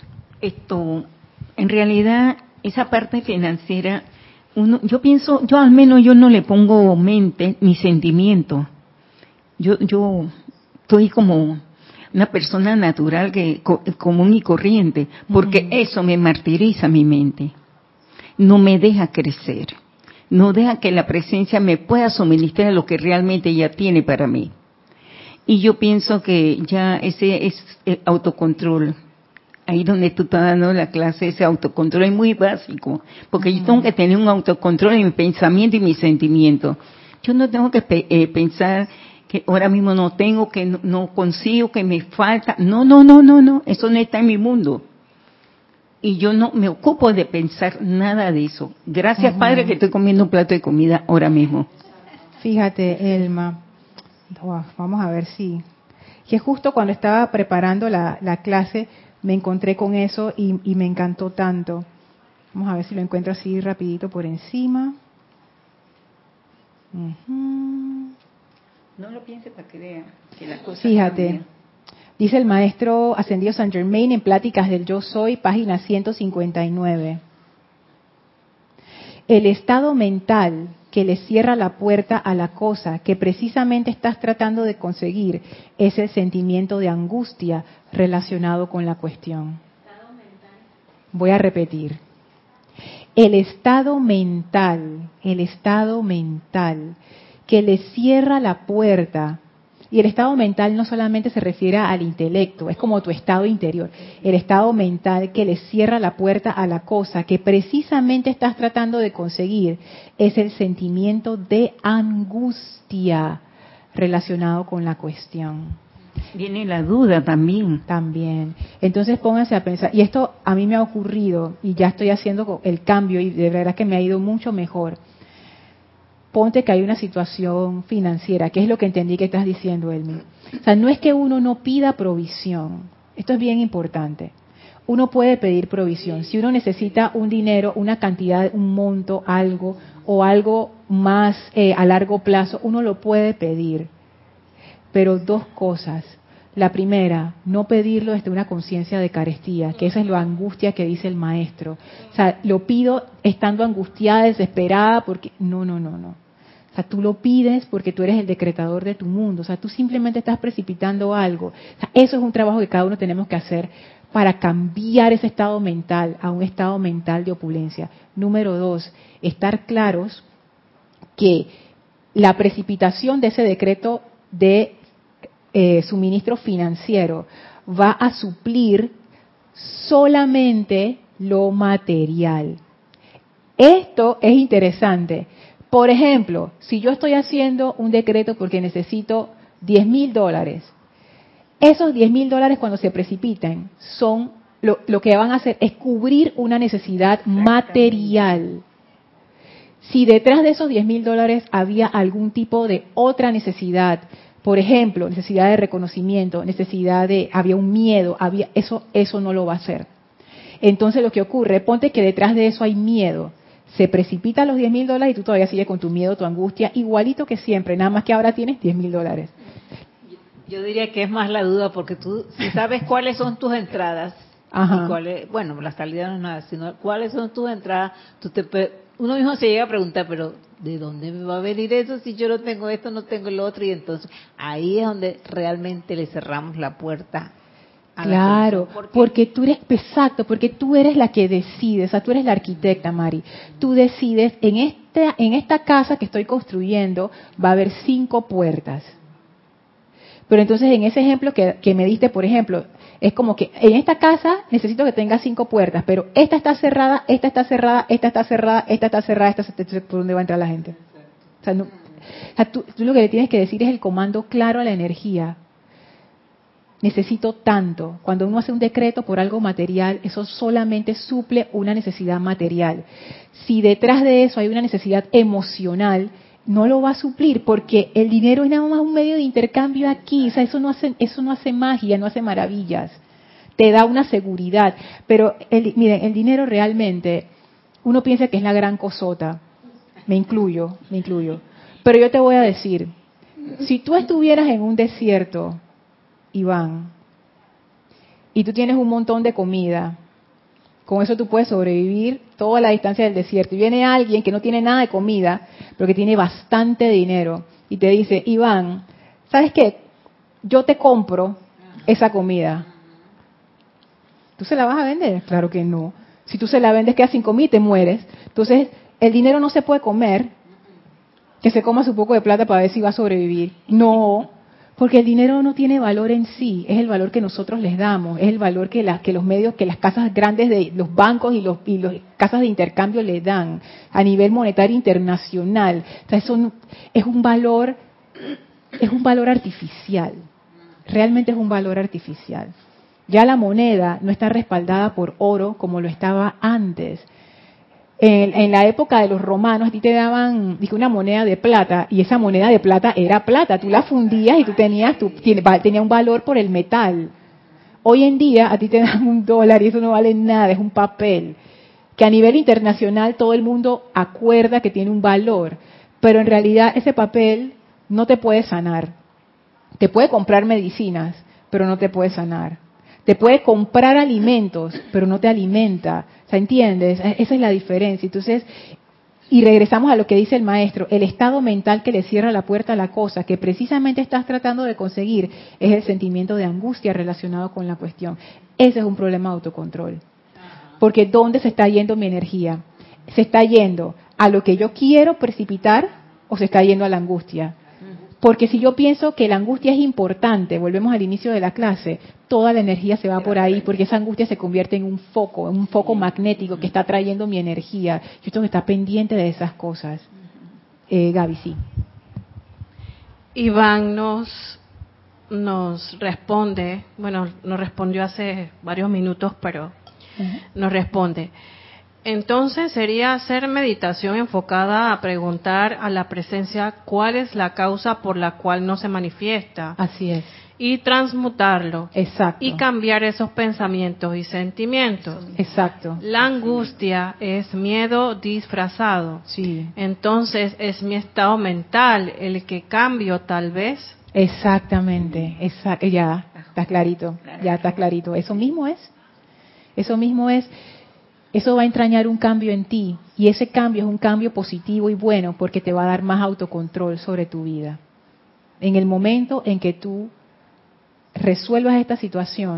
en realidad, esa parte financiera, yo pienso, yo al menos yo no le pongo mente ni sentimiento. Yo estoy como una persona natural, común y corriente, porque eso me martiriza mi mente. No me deja crecer. No deja que la presencia me pueda suministrar lo que realmente ella tiene para mí. Y yo pienso que ya ese es el autocontrol. Ahí donde tú estás dando la clase, ese autocontrol es muy básico. Porque yo tengo que tener un autocontrol en mi pensamiento y mi sentimiento. Yo no tengo que pensar que ahora mismo no tengo, que no consigo, que me falta. No. Eso no está en mi mundo. Y yo no me ocupo de pensar nada de eso. Gracias, Padre, que estoy comiendo un plato de comida ahora mismo. Fíjate, Elma, vamos a ver si... Que justo cuando estaba preparando la clase me encontré con eso y me encantó tanto. Vamos a ver si lo encuentro así rapidito por encima. No lo piense para que vea que las cosas Fíjate. cambian. Dice el maestro ascendido Saint Germain en Pláticas del Yo Soy, página 159. El estado mental que le cierra la puerta a la cosa que precisamente estás tratando de conseguir es el sentimiento de angustia relacionado con la cuestión. Voy a repetir. El estado mental que le cierra la puerta. Y el estado mental no solamente se refiere al intelecto, es como tu estado interior. El estado mental que le cierra la puerta a la cosa que precisamente estás tratando de conseguir es el sentimiento de angustia relacionado con la cuestión. Viene la duda también. También. Entonces pónganse a pensar, y esto a mí me ha ocurrido y ya estoy haciendo el cambio y de verdad que me ha ido mucho mejor. Ponte que hay una situación financiera, que es lo que entendí que estás diciendo, Elmi. O sea, no es que uno no pida provisión. Esto es bien importante. Uno puede pedir provisión. Si uno necesita un dinero, una cantidad, un monto, algo, o algo más a largo plazo, uno lo puede pedir. Pero dos cosas. La primera, no pedirlo desde una conciencia de carestía, que esa es la angustia que dice el maestro. O sea, lo pido estando angustiada, desesperada, porque no. O sea, tú lo pides porque tú eres el decretador de tu mundo. O sea, tú simplemente estás precipitando algo. O sea, eso es un trabajo que cada uno tenemos que hacer para cambiar ese estado mental a un estado mental de opulencia. Número 2, estar claros que la precipitación de ese decreto de suministro financiero va a suplir solamente lo material. Esto es interesante. Por ejemplo, si yo estoy haciendo un decreto porque necesito $10,000, esos $10,000 cuando se precipiten son lo que van a hacer es cubrir una necesidad material. Si detrás de esos $10,000 había algún tipo de otra necesidad, por ejemplo, necesidad de reconocimiento, había un miedo, eso no lo va a hacer. Entonces lo que ocurre, ponte que detrás de eso hay miedo, se precipitan los $10,000 y tú todavía sigues con tu miedo, tu angustia, igualito que siempre, nada más que ahora tienes $10,000. Yo diría que es más la duda porque tú, si sabes cuáles son tus entradas, Ajá. y cuáles, bueno, la salida no es nada, sino cuáles son tus entradas, uno mismo se llega a preguntar, pero ¿de dónde me va a venir eso si yo no tengo esto, no tengo lo otro? Y entonces ahí es donde realmente le cerramos la puerta. Claro, porque tú eres, exacto, porque tú eres la que decide, o sea, tú eres la arquitecta, Mari. Tú decides, en esta casa que estoy construyendo va a haber 5 puertas. Pero entonces en ese ejemplo que me diste, por ejemplo, es como que en esta casa necesito que tenga 5 puertas, pero esta está cerrada, esta está cerrada, esta está cerrada, esta está cerrada, ¿por dónde va a entrar la gente? O sea, tú lo que le tienes que decir es el comando claro a la energía. Necesito tanto. Cuando uno hace un decreto por algo material, eso solamente suple una necesidad material. Si detrás de eso hay una necesidad emocional, no lo va a suplir porque el dinero es nada más un medio de intercambio aquí. O sea, eso no hace magia, no hace maravillas. Te da una seguridad. Pero miren, el dinero realmente, uno piensa que es la gran cosota. Me incluyo. Pero yo te voy a decir, si tú estuvieras en un desierto, Iván, y tú tienes un montón de comida, con eso tú puedes sobrevivir toda la distancia del desierto. Y viene alguien que no tiene nada de comida, pero que tiene bastante dinero, y te dice, Iván, ¿sabes qué? Yo te compro esa comida. ¿Tú se la vas a vender? Claro que no. Si tú se la vendes, quedas sin comida y te mueres. Entonces, el dinero no se puede comer, que se coma su poco de plata para ver si va a sobrevivir. No. Porque el dinero no tiene valor en sí, es el valor que nosotros les damos, es el valor que los medios, que las casas grandes de los bancos y los casas de intercambio le dan a nivel monetario internacional. O sea, eso es un valor artificial. Realmente es un valor artificial. Ya la moneda no está respaldada por oro como lo estaba antes. En la época de los romanos, a ti te daban una moneda de plata, y esa moneda de plata era plata. Tú la fundías y tenía un valor por el metal. Hoy en día, a ti te dan $1 y eso no vale nada, es un papel. Que a nivel internacional todo el mundo acuerda que tiene un valor, pero en realidad ese papel no te puede sanar. Te puede comprar medicinas, pero no te puede sanar. Te puede comprar alimentos, pero no te alimenta. O sea, ¿entiendes? Esa es la diferencia. Entonces, y regresamos a lo que dice el maestro, el estado mental que le cierra la puerta a la cosa que precisamente estás tratando de conseguir es el sentimiento de angustia relacionado con la cuestión. Ese es un problema de autocontrol. Porque ¿dónde se está yendo mi energía? ¿Se está yendo a lo que yo quiero precipitar o se está yendo a la angustia? Porque si yo pienso que la angustia es importante, volvemos al inicio de la clase, toda la energía se va por ahí, porque esa angustia se convierte en un foco magnético que está trayendo mi energía. Yo tengo que estar pendiente de esas cosas. Gaby, sí. Iván nos responde, bueno, nos respondió hace varios minutos, pero nos responde. Entonces sería hacer meditación enfocada a preguntar a la presencia cuál es la causa por la cual no se manifiesta. Así es. Y transmutarlo. Exacto. Y cambiar esos pensamientos y sentimientos. Exacto. La angustia es miedo disfrazado. Sí. Entonces es mi estado mental el que cambio tal vez. Exactamente. Ya, está clarito. Ya está clarito. Eso mismo es. Eso va a entrañar un cambio en ti, y ese cambio es un cambio positivo y bueno porque te va a dar más autocontrol sobre tu vida. En el momento en que tú resuelvas esta situación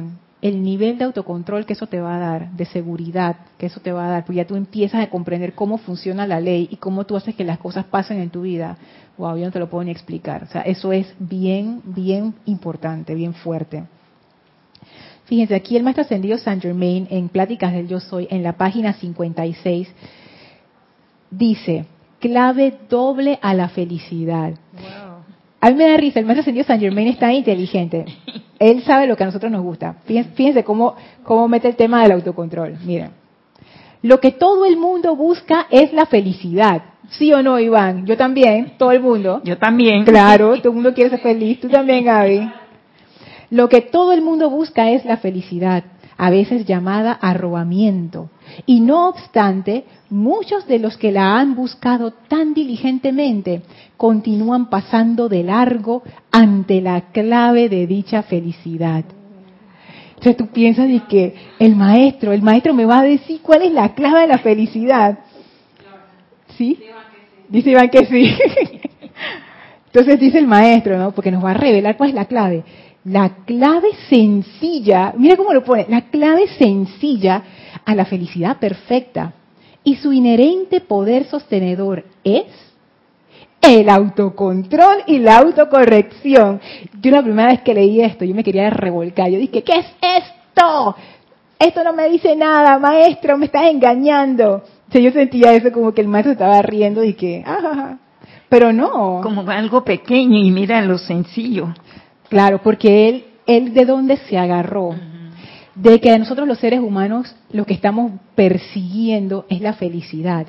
el nivel de autocontrol que eso te va a dar, de seguridad que eso te va a dar, pues ya tú empiezas a comprender cómo funciona la ley y cómo tú haces que las cosas pasen en tu vida. Wow, yo no te lo puedo ni explicar. O sea, eso es bien, bien importante, bien fuerte. Fíjense, aquí el Maestro Ascendido Saint Germain, en Pláticas del Yo Soy, en la página 56, dice, clave doble a la felicidad. Wow. A mí me da risa, el Maestro Ascendido Saint Germain es tan inteligente. Él sabe lo que a nosotros nos gusta. Fíjense cómo mete el tema del autocontrol. Miren, lo que todo el mundo busca es la felicidad. ¿Sí o no, Iván? Yo también, todo el mundo. Yo también. Claro, todo el mundo quiere ser feliz. Tú también, Gaby. Lo que todo el mundo busca es la felicidad, a veces llamada arrobamiento. Y no obstante, muchos de los que la han buscado tan diligentemente continúan pasando de largo ante la clave de dicha felicidad. Entonces tú piensas de que el maestro me va a decir cuál es la clave de la felicidad. ¿Sí? Dice Iván que sí. Entonces dice el maestro, ¿no? Porque nos va a revelar cuál es la clave. La clave sencilla, mira cómo lo pone, la clave sencilla a la felicidad perfecta y su inherente poder sostenedor es el autocontrol y la autocorrección. Yo la primera vez que leí esto, yo me quería revolcar. Yo dije, ¿qué es esto? Esto no me dice nada, maestro, me estás engañando. O sea, yo sentía eso como que el maestro estaba riendo y que, ah, pero no. Como algo pequeño y mira lo sencillo. Claro, porque él de dónde se agarró, de que a nosotros los seres humanos lo que estamos persiguiendo es la felicidad.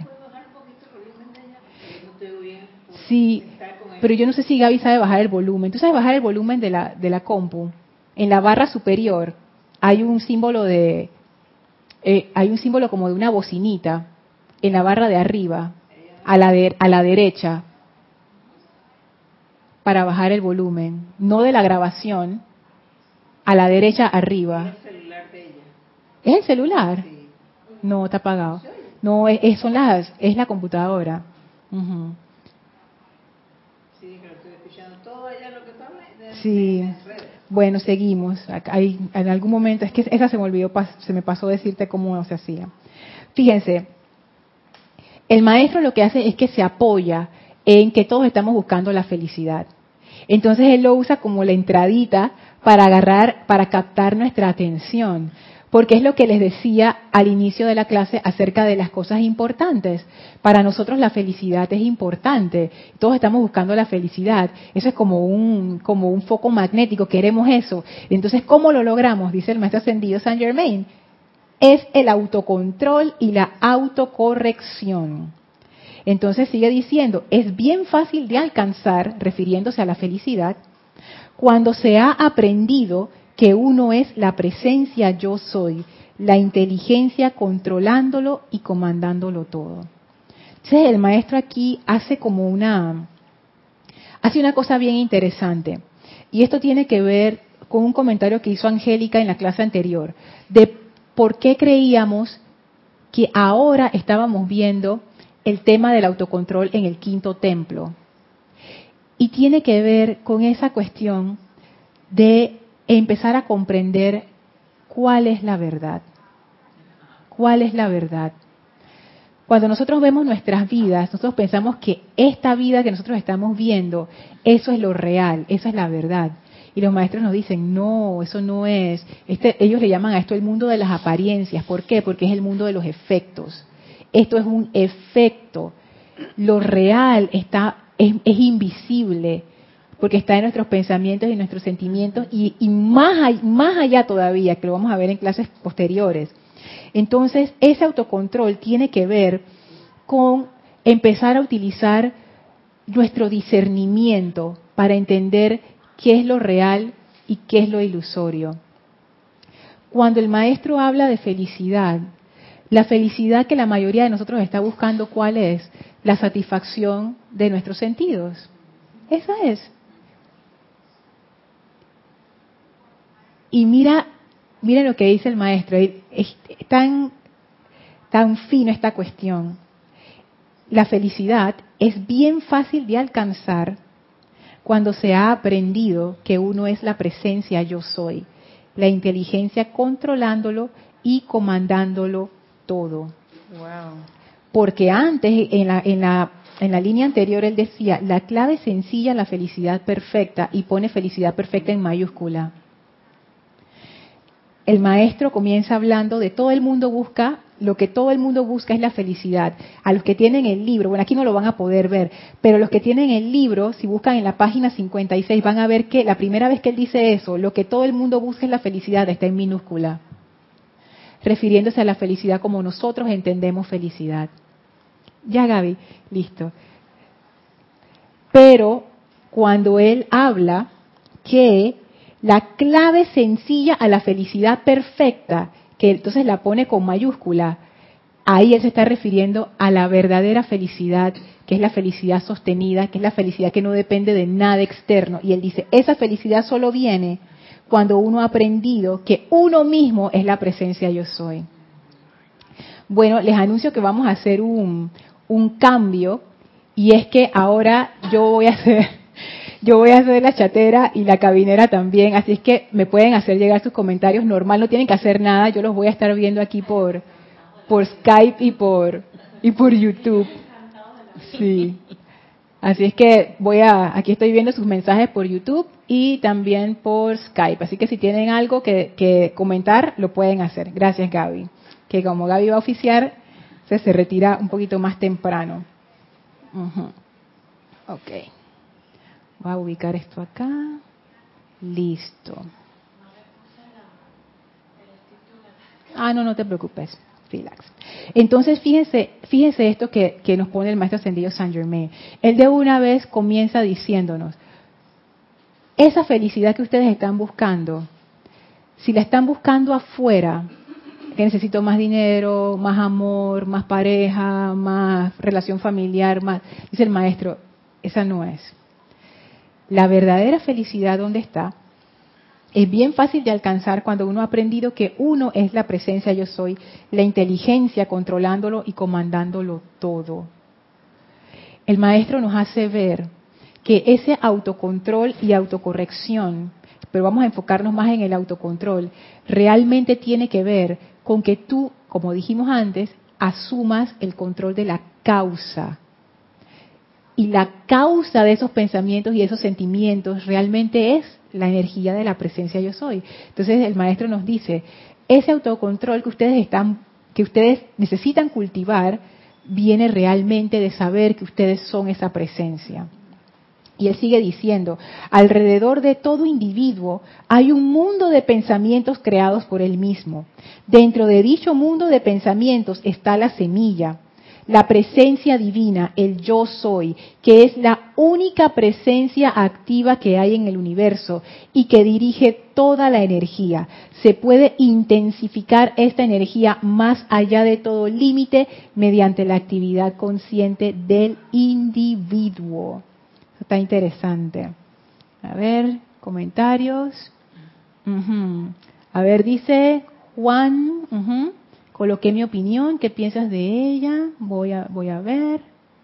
Sí, pero yo no sé si Gaby sabe bajar el volumen. ¿Tú sabes bajar el volumen de la compu? En la barra superior hay un símbolo hay un símbolo como de una bocinita en la barra de arriba, a la derecha, para bajar el volumen, no de la grabación, a la derecha arriba. ¿Es el celular de ella? ¿Es el celular? Sí. No, está apagado. No, es la computadora. Ujú. Sí, que lo estoy escuchando todo allá lo que habla. Sí. Bueno, seguimos. En algún momento, es que esa se me olvidó, se me pasó decirte cómo se hacía. Fíjense, el maestro lo que hace es que se apoya en que todos estamos buscando la felicidad. Entonces él lo usa como la entradita para captar nuestra atención. Porque es lo que les decía al inicio de la clase acerca de las cosas importantes. Para nosotros la felicidad es importante. Todos estamos buscando la felicidad. Eso es como un foco magnético. Queremos eso. Entonces, ¿cómo lo logramos? Dice el maestro ascendido Saint Germain. Es el autocontrol y la autocorrección. Entonces sigue diciendo, es bien fácil de alcanzar, refiriéndose a la felicidad, cuando se ha aprendido que uno es la presencia yo soy, la inteligencia controlándolo y comandándolo todo. Entonces el maestro aquí hace una cosa bien interesante. Y esto tiene que ver con un comentario que hizo Angélica en la clase anterior, de por qué creíamos que ahora estábamos viendo el tema del autocontrol en el quinto templo. Y tiene que ver con esa cuestión de empezar a comprender cuál es la verdad. ¿Cuál es la verdad? Cuando nosotros vemos nuestras vidas, nosotros pensamos que esta vida que nosotros estamos viendo, eso es lo real, esa es la verdad. Y los maestros nos dicen, no, eso no es. Ellos le llaman a esto el mundo de las apariencias. ¿Por qué? Porque es el mundo de los efectos. Esto es un efecto. Lo real es invisible, porque está en nuestros pensamientos y nuestros sentimientos, y más allá todavía, que lo vamos a ver en clases posteriores. Entonces, ese autocontrol tiene que ver con empezar a utilizar nuestro discernimiento para entender qué es lo real y qué es lo ilusorio. Cuando el maestro habla de felicidad, la felicidad que la mayoría de nosotros está buscando, ¿cuál es? La satisfacción de nuestros sentidos. Esa es. Y mira lo que dice el maestro. Es tan fino esta cuestión. La felicidad es bien fácil de alcanzar cuando se ha aprendido que uno es la presencia yo soy, la inteligencia controlándolo y comandándolo todo. Wow. Porque antes, en la línea anterior, él decía, la clave sencilla, la felicidad perfecta, y pone felicidad perfecta en mayúscula. El maestro comienza hablando de todo el mundo busca, lo que todo el mundo busca es la felicidad. A los que tienen el libro, bueno, aquí no lo van a poder ver, pero los que tienen el libro, si buscan en la página 56, van a ver que la primera vez que él dice eso, lo que todo el mundo busca es la felicidad, está en minúscula, refiriéndose a la felicidad como nosotros entendemos felicidad. Ya, Gaby, listo. Pero cuando él habla que la clave sencilla a la felicidad perfecta, que entonces la pone con mayúscula, ahí él se está refiriendo a la verdadera felicidad, que es la felicidad sostenida, que es la felicidad que no depende de nada externo. Y él dice, esa felicidad solo viene cuando uno ha aprendido que uno mismo es la presencia yo soy. Bueno, les anuncio que vamos a hacer un cambio, y es que ahora yo voy a hacer la chatera y la cabinera también, así es que me pueden hacer llegar sus comentarios normal, no tienen que hacer nada, yo los voy a estar viendo aquí por Skype y por YouTube. Sí. Así es que aquí estoy viendo sus mensajes por YouTube y también por Skype, así que si tienen algo que comentar, lo pueden hacer. Gracias, Gaby. Que como Gaby va a oficiar, se retira un poquito más temprano. Ok. Voy a ubicar esto acá. Listo. No te preocupes. Relax. Entonces, fíjense esto que nos pone el Maestro Ascendido Saint Germain. Él de una vez comienza diciéndonos, esa felicidad que ustedes están buscando, si la están buscando afuera, que necesito más dinero, más amor, más pareja, más relación familiar, más, dice el Maestro, esa no es. La verdadera felicidad, ¿dónde está? Es bien fácil de alcanzar cuando uno ha aprendido que uno es la presencia yo soy, la inteligencia controlándolo y comandándolo todo. El Maestro nos hace ver que ese autocontrol y autocorrección, pero vamos a enfocarnos más en el autocontrol, realmente tiene que ver con que tú, como dijimos antes, asumas el control de la causa. Y la causa de esos pensamientos y esos sentimientos realmente es la energía de la presencia yo soy. Entonces el Maestro nos dice, ese autocontrol que ustedes necesitan cultivar, viene realmente de saber que ustedes son esa presencia. Y él sigue diciendo, alrededor de todo individuo hay un mundo de pensamientos creados por él mismo. Dentro de dicho mundo de pensamientos está la semilla, la presencia divina, el yo soy, que es la única presencia activa que hay en el universo y que dirige toda la energía. Se puede intensificar esta energía más allá de todo límite mediante la actividad consciente del individuo. Está interesante. A ver, comentarios. A ver, dice Juan, coloqué mi opinión, ¿qué piensas de ella? Voy a ver.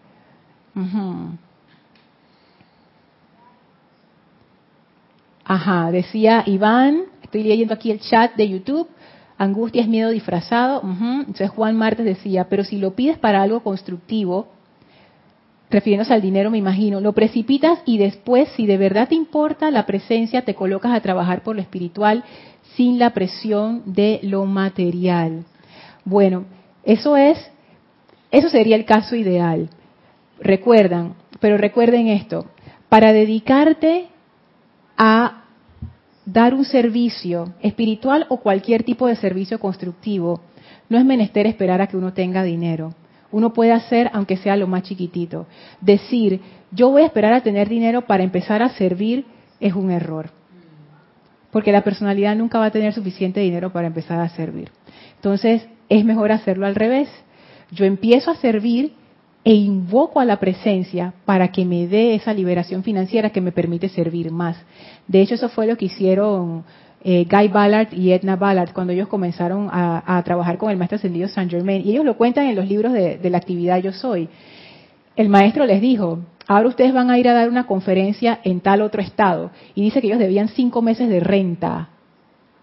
Decía Iván, estoy leyendo aquí el chat de YouTube, angustia es miedo disfrazado. Entonces Juan Martes decía, pero si lo pides para algo constructivo, refiriéndose al dinero, me imagino, lo precipitas y después, si de verdad te importa la presencia, te colocas a trabajar por lo espiritual sin la presión de lo material. Bueno, eso sería el caso ideal. Recuerden esto, para dedicarte a dar un servicio espiritual o cualquier tipo de servicio constructivo, no es menester esperar a que uno tenga dinero. Uno puede hacer, aunque sea lo más chiquitito. Decir, yo voy a esperar a tener dinero para empezar a servir, es un error. Porque la personalidad nunca va a tener suficiente dinero para empezar a servir. Entonces, es mejor hacerlo al revés. Yo empiezo a servir e invoco a la presencia para que me dé esa liberación financiera que me permite servir más. De hecho, eso fue lo que hicieron Guy Ballard y Edna Ballard cuando ellos comenzaron a trabajar con el Maestro Ascendido Saint Germain. Y ellos lo cuentan en los libros de la actividad Yo Soy. El Maestro les dijo, ahora ustedes van a ir a dar una conferencia en tal otro estado. Y dice que ellos debían 5 meses de renta.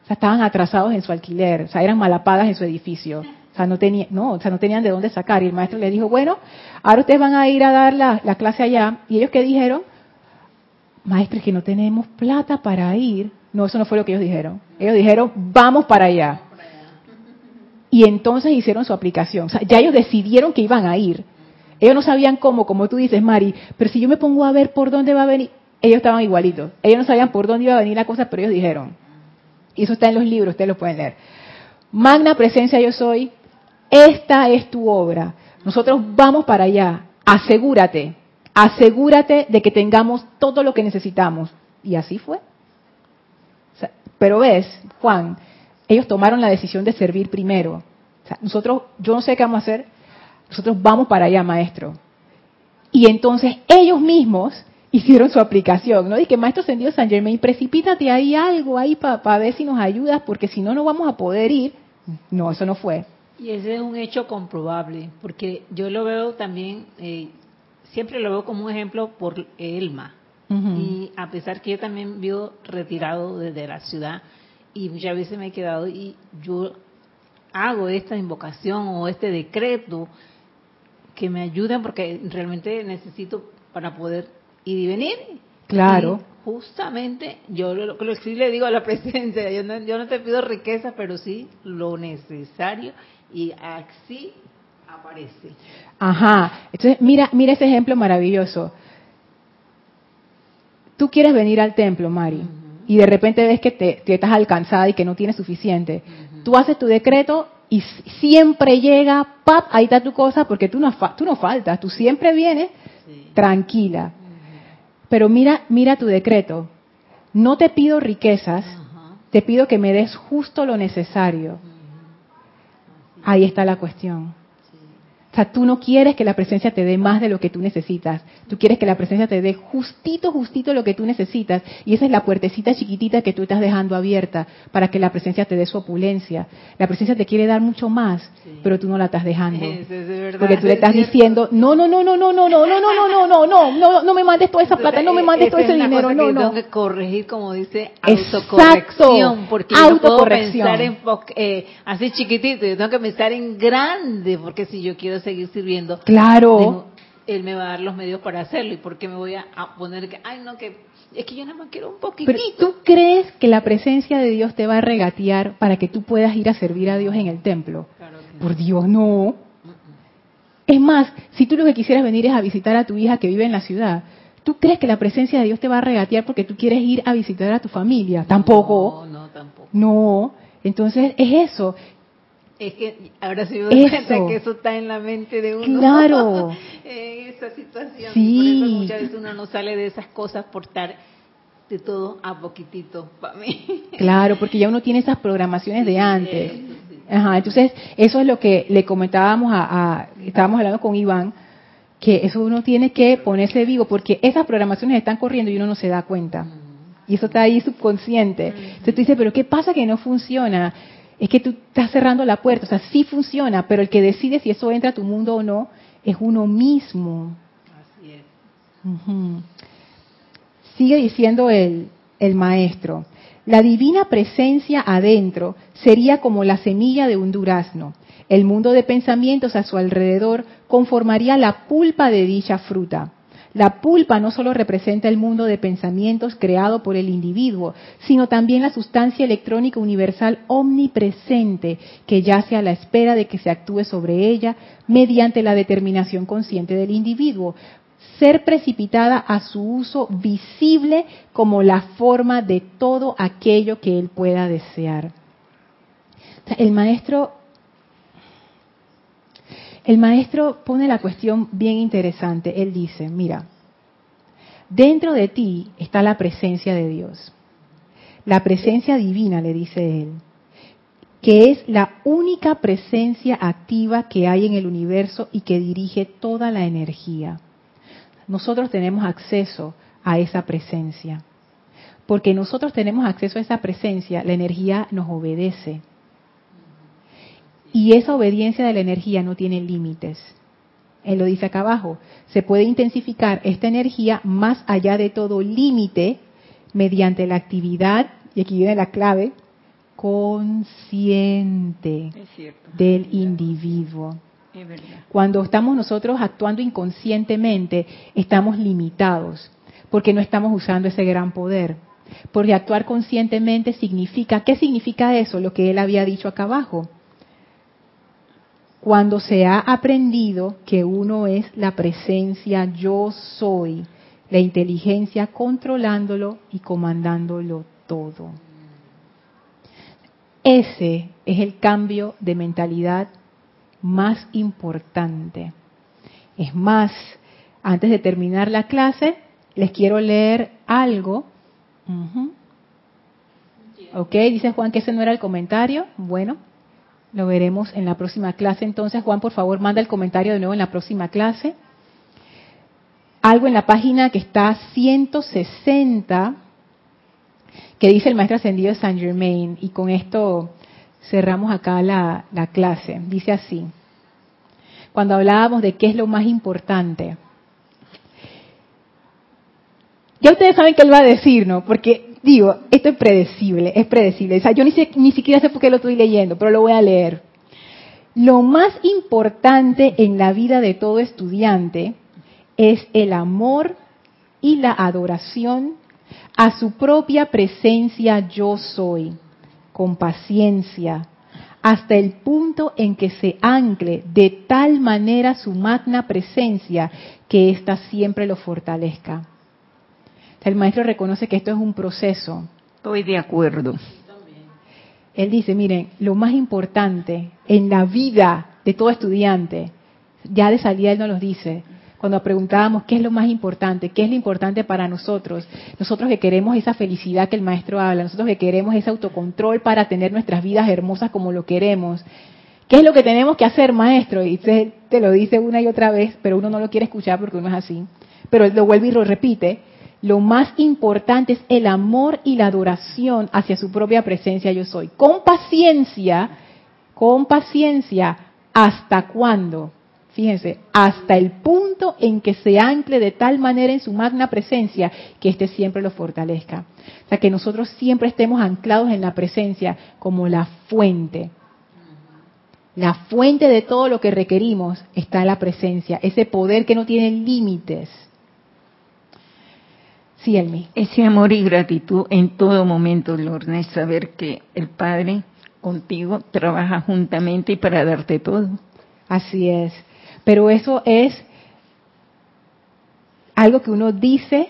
O sea, estaban atrasados en su alquiler, o sea, eran malapagas en su edificio. O sea, no tenían de dónde sacar. Y el maestro les dijo, bueno, ahora ustedes van a ir a dar la clase allá. ¿Y ellos qué dijeron? Maestro, es que no tenemos plata para ir. No, eso no fue lo que ellos dijeron. Ellos dijeron, vamos para allá. Y entonces hicieron su aplicación. O sea, ya ellos decidieron que iban a ir. Ellos no sabían cómo, como tú dices, Mari, pero si yo me pongo a ver por dónde va a venir, ellos estaban igualitos. Ellos no sabían por dónde iba a venir la cosa, pero ellos dijeron. Y eso está en los libros, ustedes lo pueden leer. Magna presencia yo soy, esta es tu obra. Nosotros vamos para allá. Asegúrate de que tengamos todo lo que necesitamos. Y así fue. O sea, pero ves, Juan, ellos tomaron la decisión de servir primero. O sea, nosotros, yo no sé qué vamos a hacer, nosotros vamos para allá, maestro. Y entonces ellos mismos hicieron su aplicación, ¿no? Y que maestro ascendido San Germain, precipítate ahí algo ahí para ver si nos ayudas, porque si no, no vamos a poder ir. No, eso no fue. Y ese es un hecho comprobable, porque yo lo veo también, siempre lo veo como un ejemplo por Elma. Y a pesar que yo también vivo retirado desde la ciudad, y muchas veces me he quedado y yo hago esta invocación o este decreto que me ayuden porque realmente necesito para poder ir y venir. Claro. Y justamente yo lo que sí le digo a la presencia, yo no te pido riqueza, pero sí lo necesario y así aparece. Ajá. Entonces, mira ese ejemplo maravilloso. Tú quieres venir al templo, Mari, y de repente ves que te estás alcanzada y que no tienes suficiente. Tú haces tu decreto y siempre llega, ¡pap!, ahí está tu cosa, porque tú no faltas, tú siempre vienes tranquila. Pero mira tu decreto. No te pido riquezas, te pido que me des justo lo necesario. Ahí está la cuestión. O sea, tú no quieres que la presencia te dé más de lo que tú necesitas. Tú quieres que la presencia te dé justito lo que tú necesitas. Y esa es la puertecita chiquitita que tú estás dejando abierta para que la presencia te dé su opulencia. La presencia te quiere dar mucho más, pero tú no la estás dejando. Eso es verdad, porque tú le estás diciendo, no me mandes toda esa plata, no me mandes todo ese dinero, no. Tengo que corregir, como dice, autocorrección, porque yo no puedo pensar en así chiquitito, yo tengo que pensar en grande, porque si yo quiero seguir sirviendo, claro, él me va a dar los medios para hacerlo. ¿Y por qué me voy a poner que, ay no, que es que yo nada más quiero un poquitito? Pero ¿tú crees que la presencia de Dios te va a regatear para que tú puedas ir a servir a Dios en el templo? Claro que no. Por Dios, no. Es más, si tú lo que quisieras venir es a visitar a tu hija que vive en la ciudad, ¿tú crees que la presencia de Dios te va a regatear porque tú quieres ir a visitar a tu familia? Tampoco. No, tampoco. No. Entonces es eso. Es que ahora sí me doy cuenta que eso está en la mente de uno. Claro. En esa situación. Sí. Por eso muchas veces uno no sale de esas cosas por estar de todo a poquitito para mí. Claro, porque ya uno tiene esas programaciones de antes. Sí. Ajá, entonces eso es lo que le comentábamos estábamos hablando con Iván, que eso uno tiene que ponerse vivo, porque esas programaciones están corriendo y uno no se da cuenta. Y eso está ahí subconsciente. Entonces tú dices, pero ¿qué pasa que no funciona? Es que tú estás cerrando la puerta. O sea, sí funciona, pero el que decide si eso entra a tu mundo o no es uno mismo. Así es. Sigue diciendo el maestro. La divina presencia adentro sería como la semilla de un durazno. El mundo de pensamientos a su alrededor conformaría la pulpa de dicha fruta. La pulpa no solo representa el mundo de pensamientos creado por el individuo, sino también la sustancia electrónica universal omnipresente que yace a la espera de que se actúe sobre ella mediante la determinación consciente del individuo. Ser precipitada a su uso visible como la forma de todo aquello que él pueda desear. O sea, el maestro pone la cuestión bien interesante. Él dice, mira, dentro de ti está la presencia de Dios. La presencia divina, le dice él, que es la única presencia activa que hay en el universo y que dirige toda la energía. Nosotros tenemos acceso a esa presencia. Porque nosotros tenemos acceso a esa presencia, la energía nos obedece. Y esa obediencia de la energía no tiene límites. Él lo dice acá abajo. Se puede intensificar esta energía más allá de todo límite mediante la actividad, y aquí viene la clave, consciente del individuo. Es verdad. Cuando estamos nosotros actuando inconscientemente, estamos limitados, porque no estamos usando ese gran poder. Porque actuar conscientemente significa, ¿qué significa eso? Lo que él había dicho acá abajo. Cuando se ha aprendido que uno es la presencia yo soy, la inteligencia controlándolo y comandándolo todo. Ese es el cambio de mentalidad más importante. Es más, antes de terminar la clase, les quiero leer algo. Ok, dice Juan que ese no era el comentario. Bueno, lo veremos en la próxima clase. Entonces, Juan, por favor, manda el comentario de nuevo en la próxima clase. Algo en la página que está 160, que dice el Maestro Ascendido de Saint Germain. Y con esto cerramos acá la clase. Dice así. Cuando hablábamos de qué es lo más importante. Ya ustedes saben qué él va a decir, ¿no? Porque, digo, esto es predecible. O sea, yo ni siquiera sé por qué lo estoy leyendo, pero lo voy a leer. Lo más importante en la vida de todo estudiante es el amor y la adoración a su propia presencia yo soy, con paciencia, hasta el punto en que se ancle de tal manera su magna presencia que ésta siempre lo fortalezca. El maestro reconoce que esto es un proceso. Estoy de acuerdo. Él dice, miren, lo más importante en la vida de todo estudiante, ya de salida él nos lo dice, cuando preguntábamos qué es lo más importante, qué es lo importante para nosotros que queremos esa felicidad que el maestro habla, nosotros que queremos ese autocontrol para tener nuestras vidas hermosas como lo queremos, ¿qué es lo que tenemos que hacer, maestro? Y te lo dice una y otra vez, pero uno no lo quiere escuchar porque uno es así, pero él lo vuelve y lo repite. Lo más importante es el amor y la adoración hacia su propia presencia yo soy. Con paciencia, ¿hasta cuándo? Fíjense, hasta el punto en que se ancle de tal manera en su magna presencia que éste siempre lo fortalezca. O sea, que nosotros siempre estemos anclados en la presencia como la fuente. La fuente de todo lo que requerimos está en la presencia, ese poder que no tiene límites. Sí, Elmi. Ese amor y gratitud en todo momento, Lorna, es saber que el Padre contigo trabaja juntamente y para darte todo. Así es. Pero eso es algo que uno dice,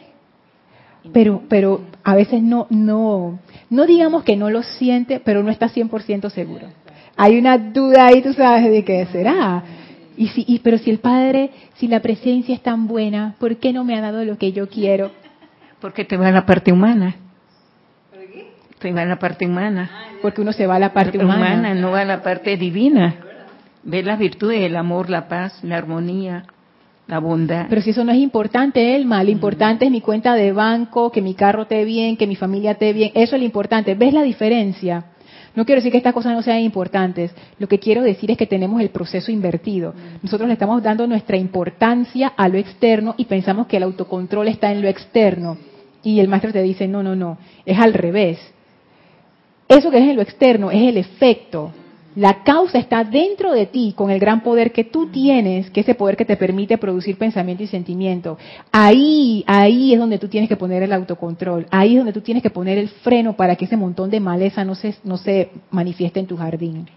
pero a veces no digamos que no lo siente, pero no está 100% seguro. Hay una duda ahí, tú sabes, de qué será. Pero si el Padre, si la presencia es tan buena, ¿por qué no me ha dado lo que yo quiero? Porque te va a la parte humana. ¿Por qué? Te va a la parte humana. Porque uno se va a la parte humana. No va a la parte divina. Ve las virtudes, el amor, la paz, la armonía, la bondad. Pero si eso no es importante, Elma, lo importante es mi cuenta de banco, que mi carro esté bien, que mi familia esté bien. Eso es lo importante. ¿Ves la diferencia? No quiero decir que estas cosas no sean importantes. Lo que quiero decir es que tenemos el proceso invertido. Nosotros le estamos dando nuestra importancia a lo externo y pensamos que el autocontrol está en lo externo. Y el maestro te dice, no, es al revés. Eso que es en lo externo es el efecto. La causa está dentro de ti con el gran poder que tú tienes, que es ese poder que te permite producir pensamiento y sentimiento. Ahí es donde tú tienes que poner el autocontrol. Ahí es donde tú tienes que poner el freno para que ese montón de maleza no se manifieste en tu jardín.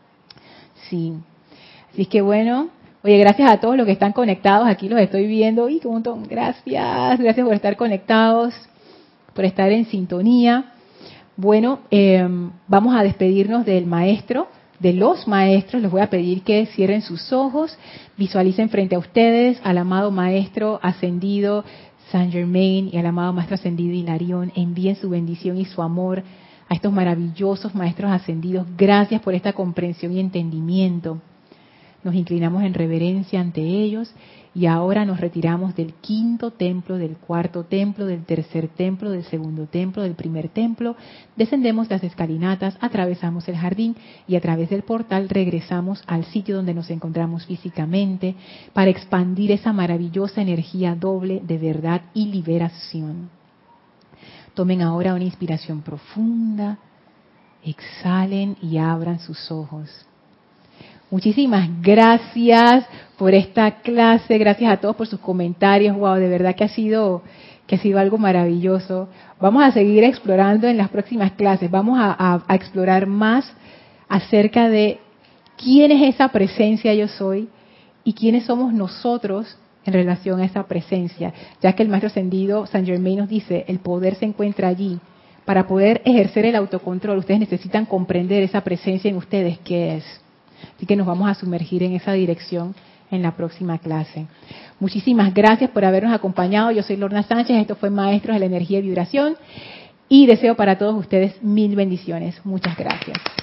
Sí. Así es que bueno, oye, gracias a todos los que están conectados. Aquí los estoy viendo. ¡Y qué montón! Gracias por estar conectados, por estar en sintonía. Bueno, vamos a despedirnos del maestro. De los maestros, les voy a pedir que cierren sus ojos, visualicen frente a ustedes al amado maestro ascendido Saint Germain y al amado maestro ascendido Hilarión. Envíen su bendición y su amor a estos maravillosos maestros ascendidos. Gracias por esta comprensión y entendimiento. Nos inclinamos en reverencia ante ellos y ahora nos retiramos del quinto templo, del cuarto templo, del tercer templo, del segundo templo, del primer templo. Descendemos las escalinatas, atravesamos el jardín y a través del portal regresamos al sitio donde nos encontramos físicamente para expandir esa maravillosa energía doble de verdad y liberación. Tomen ahora una inspiración profunda. exhalen y abran sus ojos. Muchísimas gracias por esta clase, gracias a todos por sus comentarios. Wow, de verdad que ha sido algo maravilloso. Vamos a seguir explorando en las próximas clases. Vamos a explorar más acerca de quién es esa presencia yo soy y quiénes somos nosotros en relación a esa presencia, ya que el Maestro Ascendido Saint Germain nos dice, el poder se encuentra allí. Para poder ejercer el autocontrol, ustedes necesitan comprender esa presencia en ustedes, ¿qué es? Así que nos vamos a sumergir en esa dirección en la próxima clase. Muchísimas gracias por habernos acompañado. Yo soy Lorna Sánchez, esto fue Maestros de la Energía y Vibración, y deseo para todos ustedes 1000 bendiciones. Muchas gracias.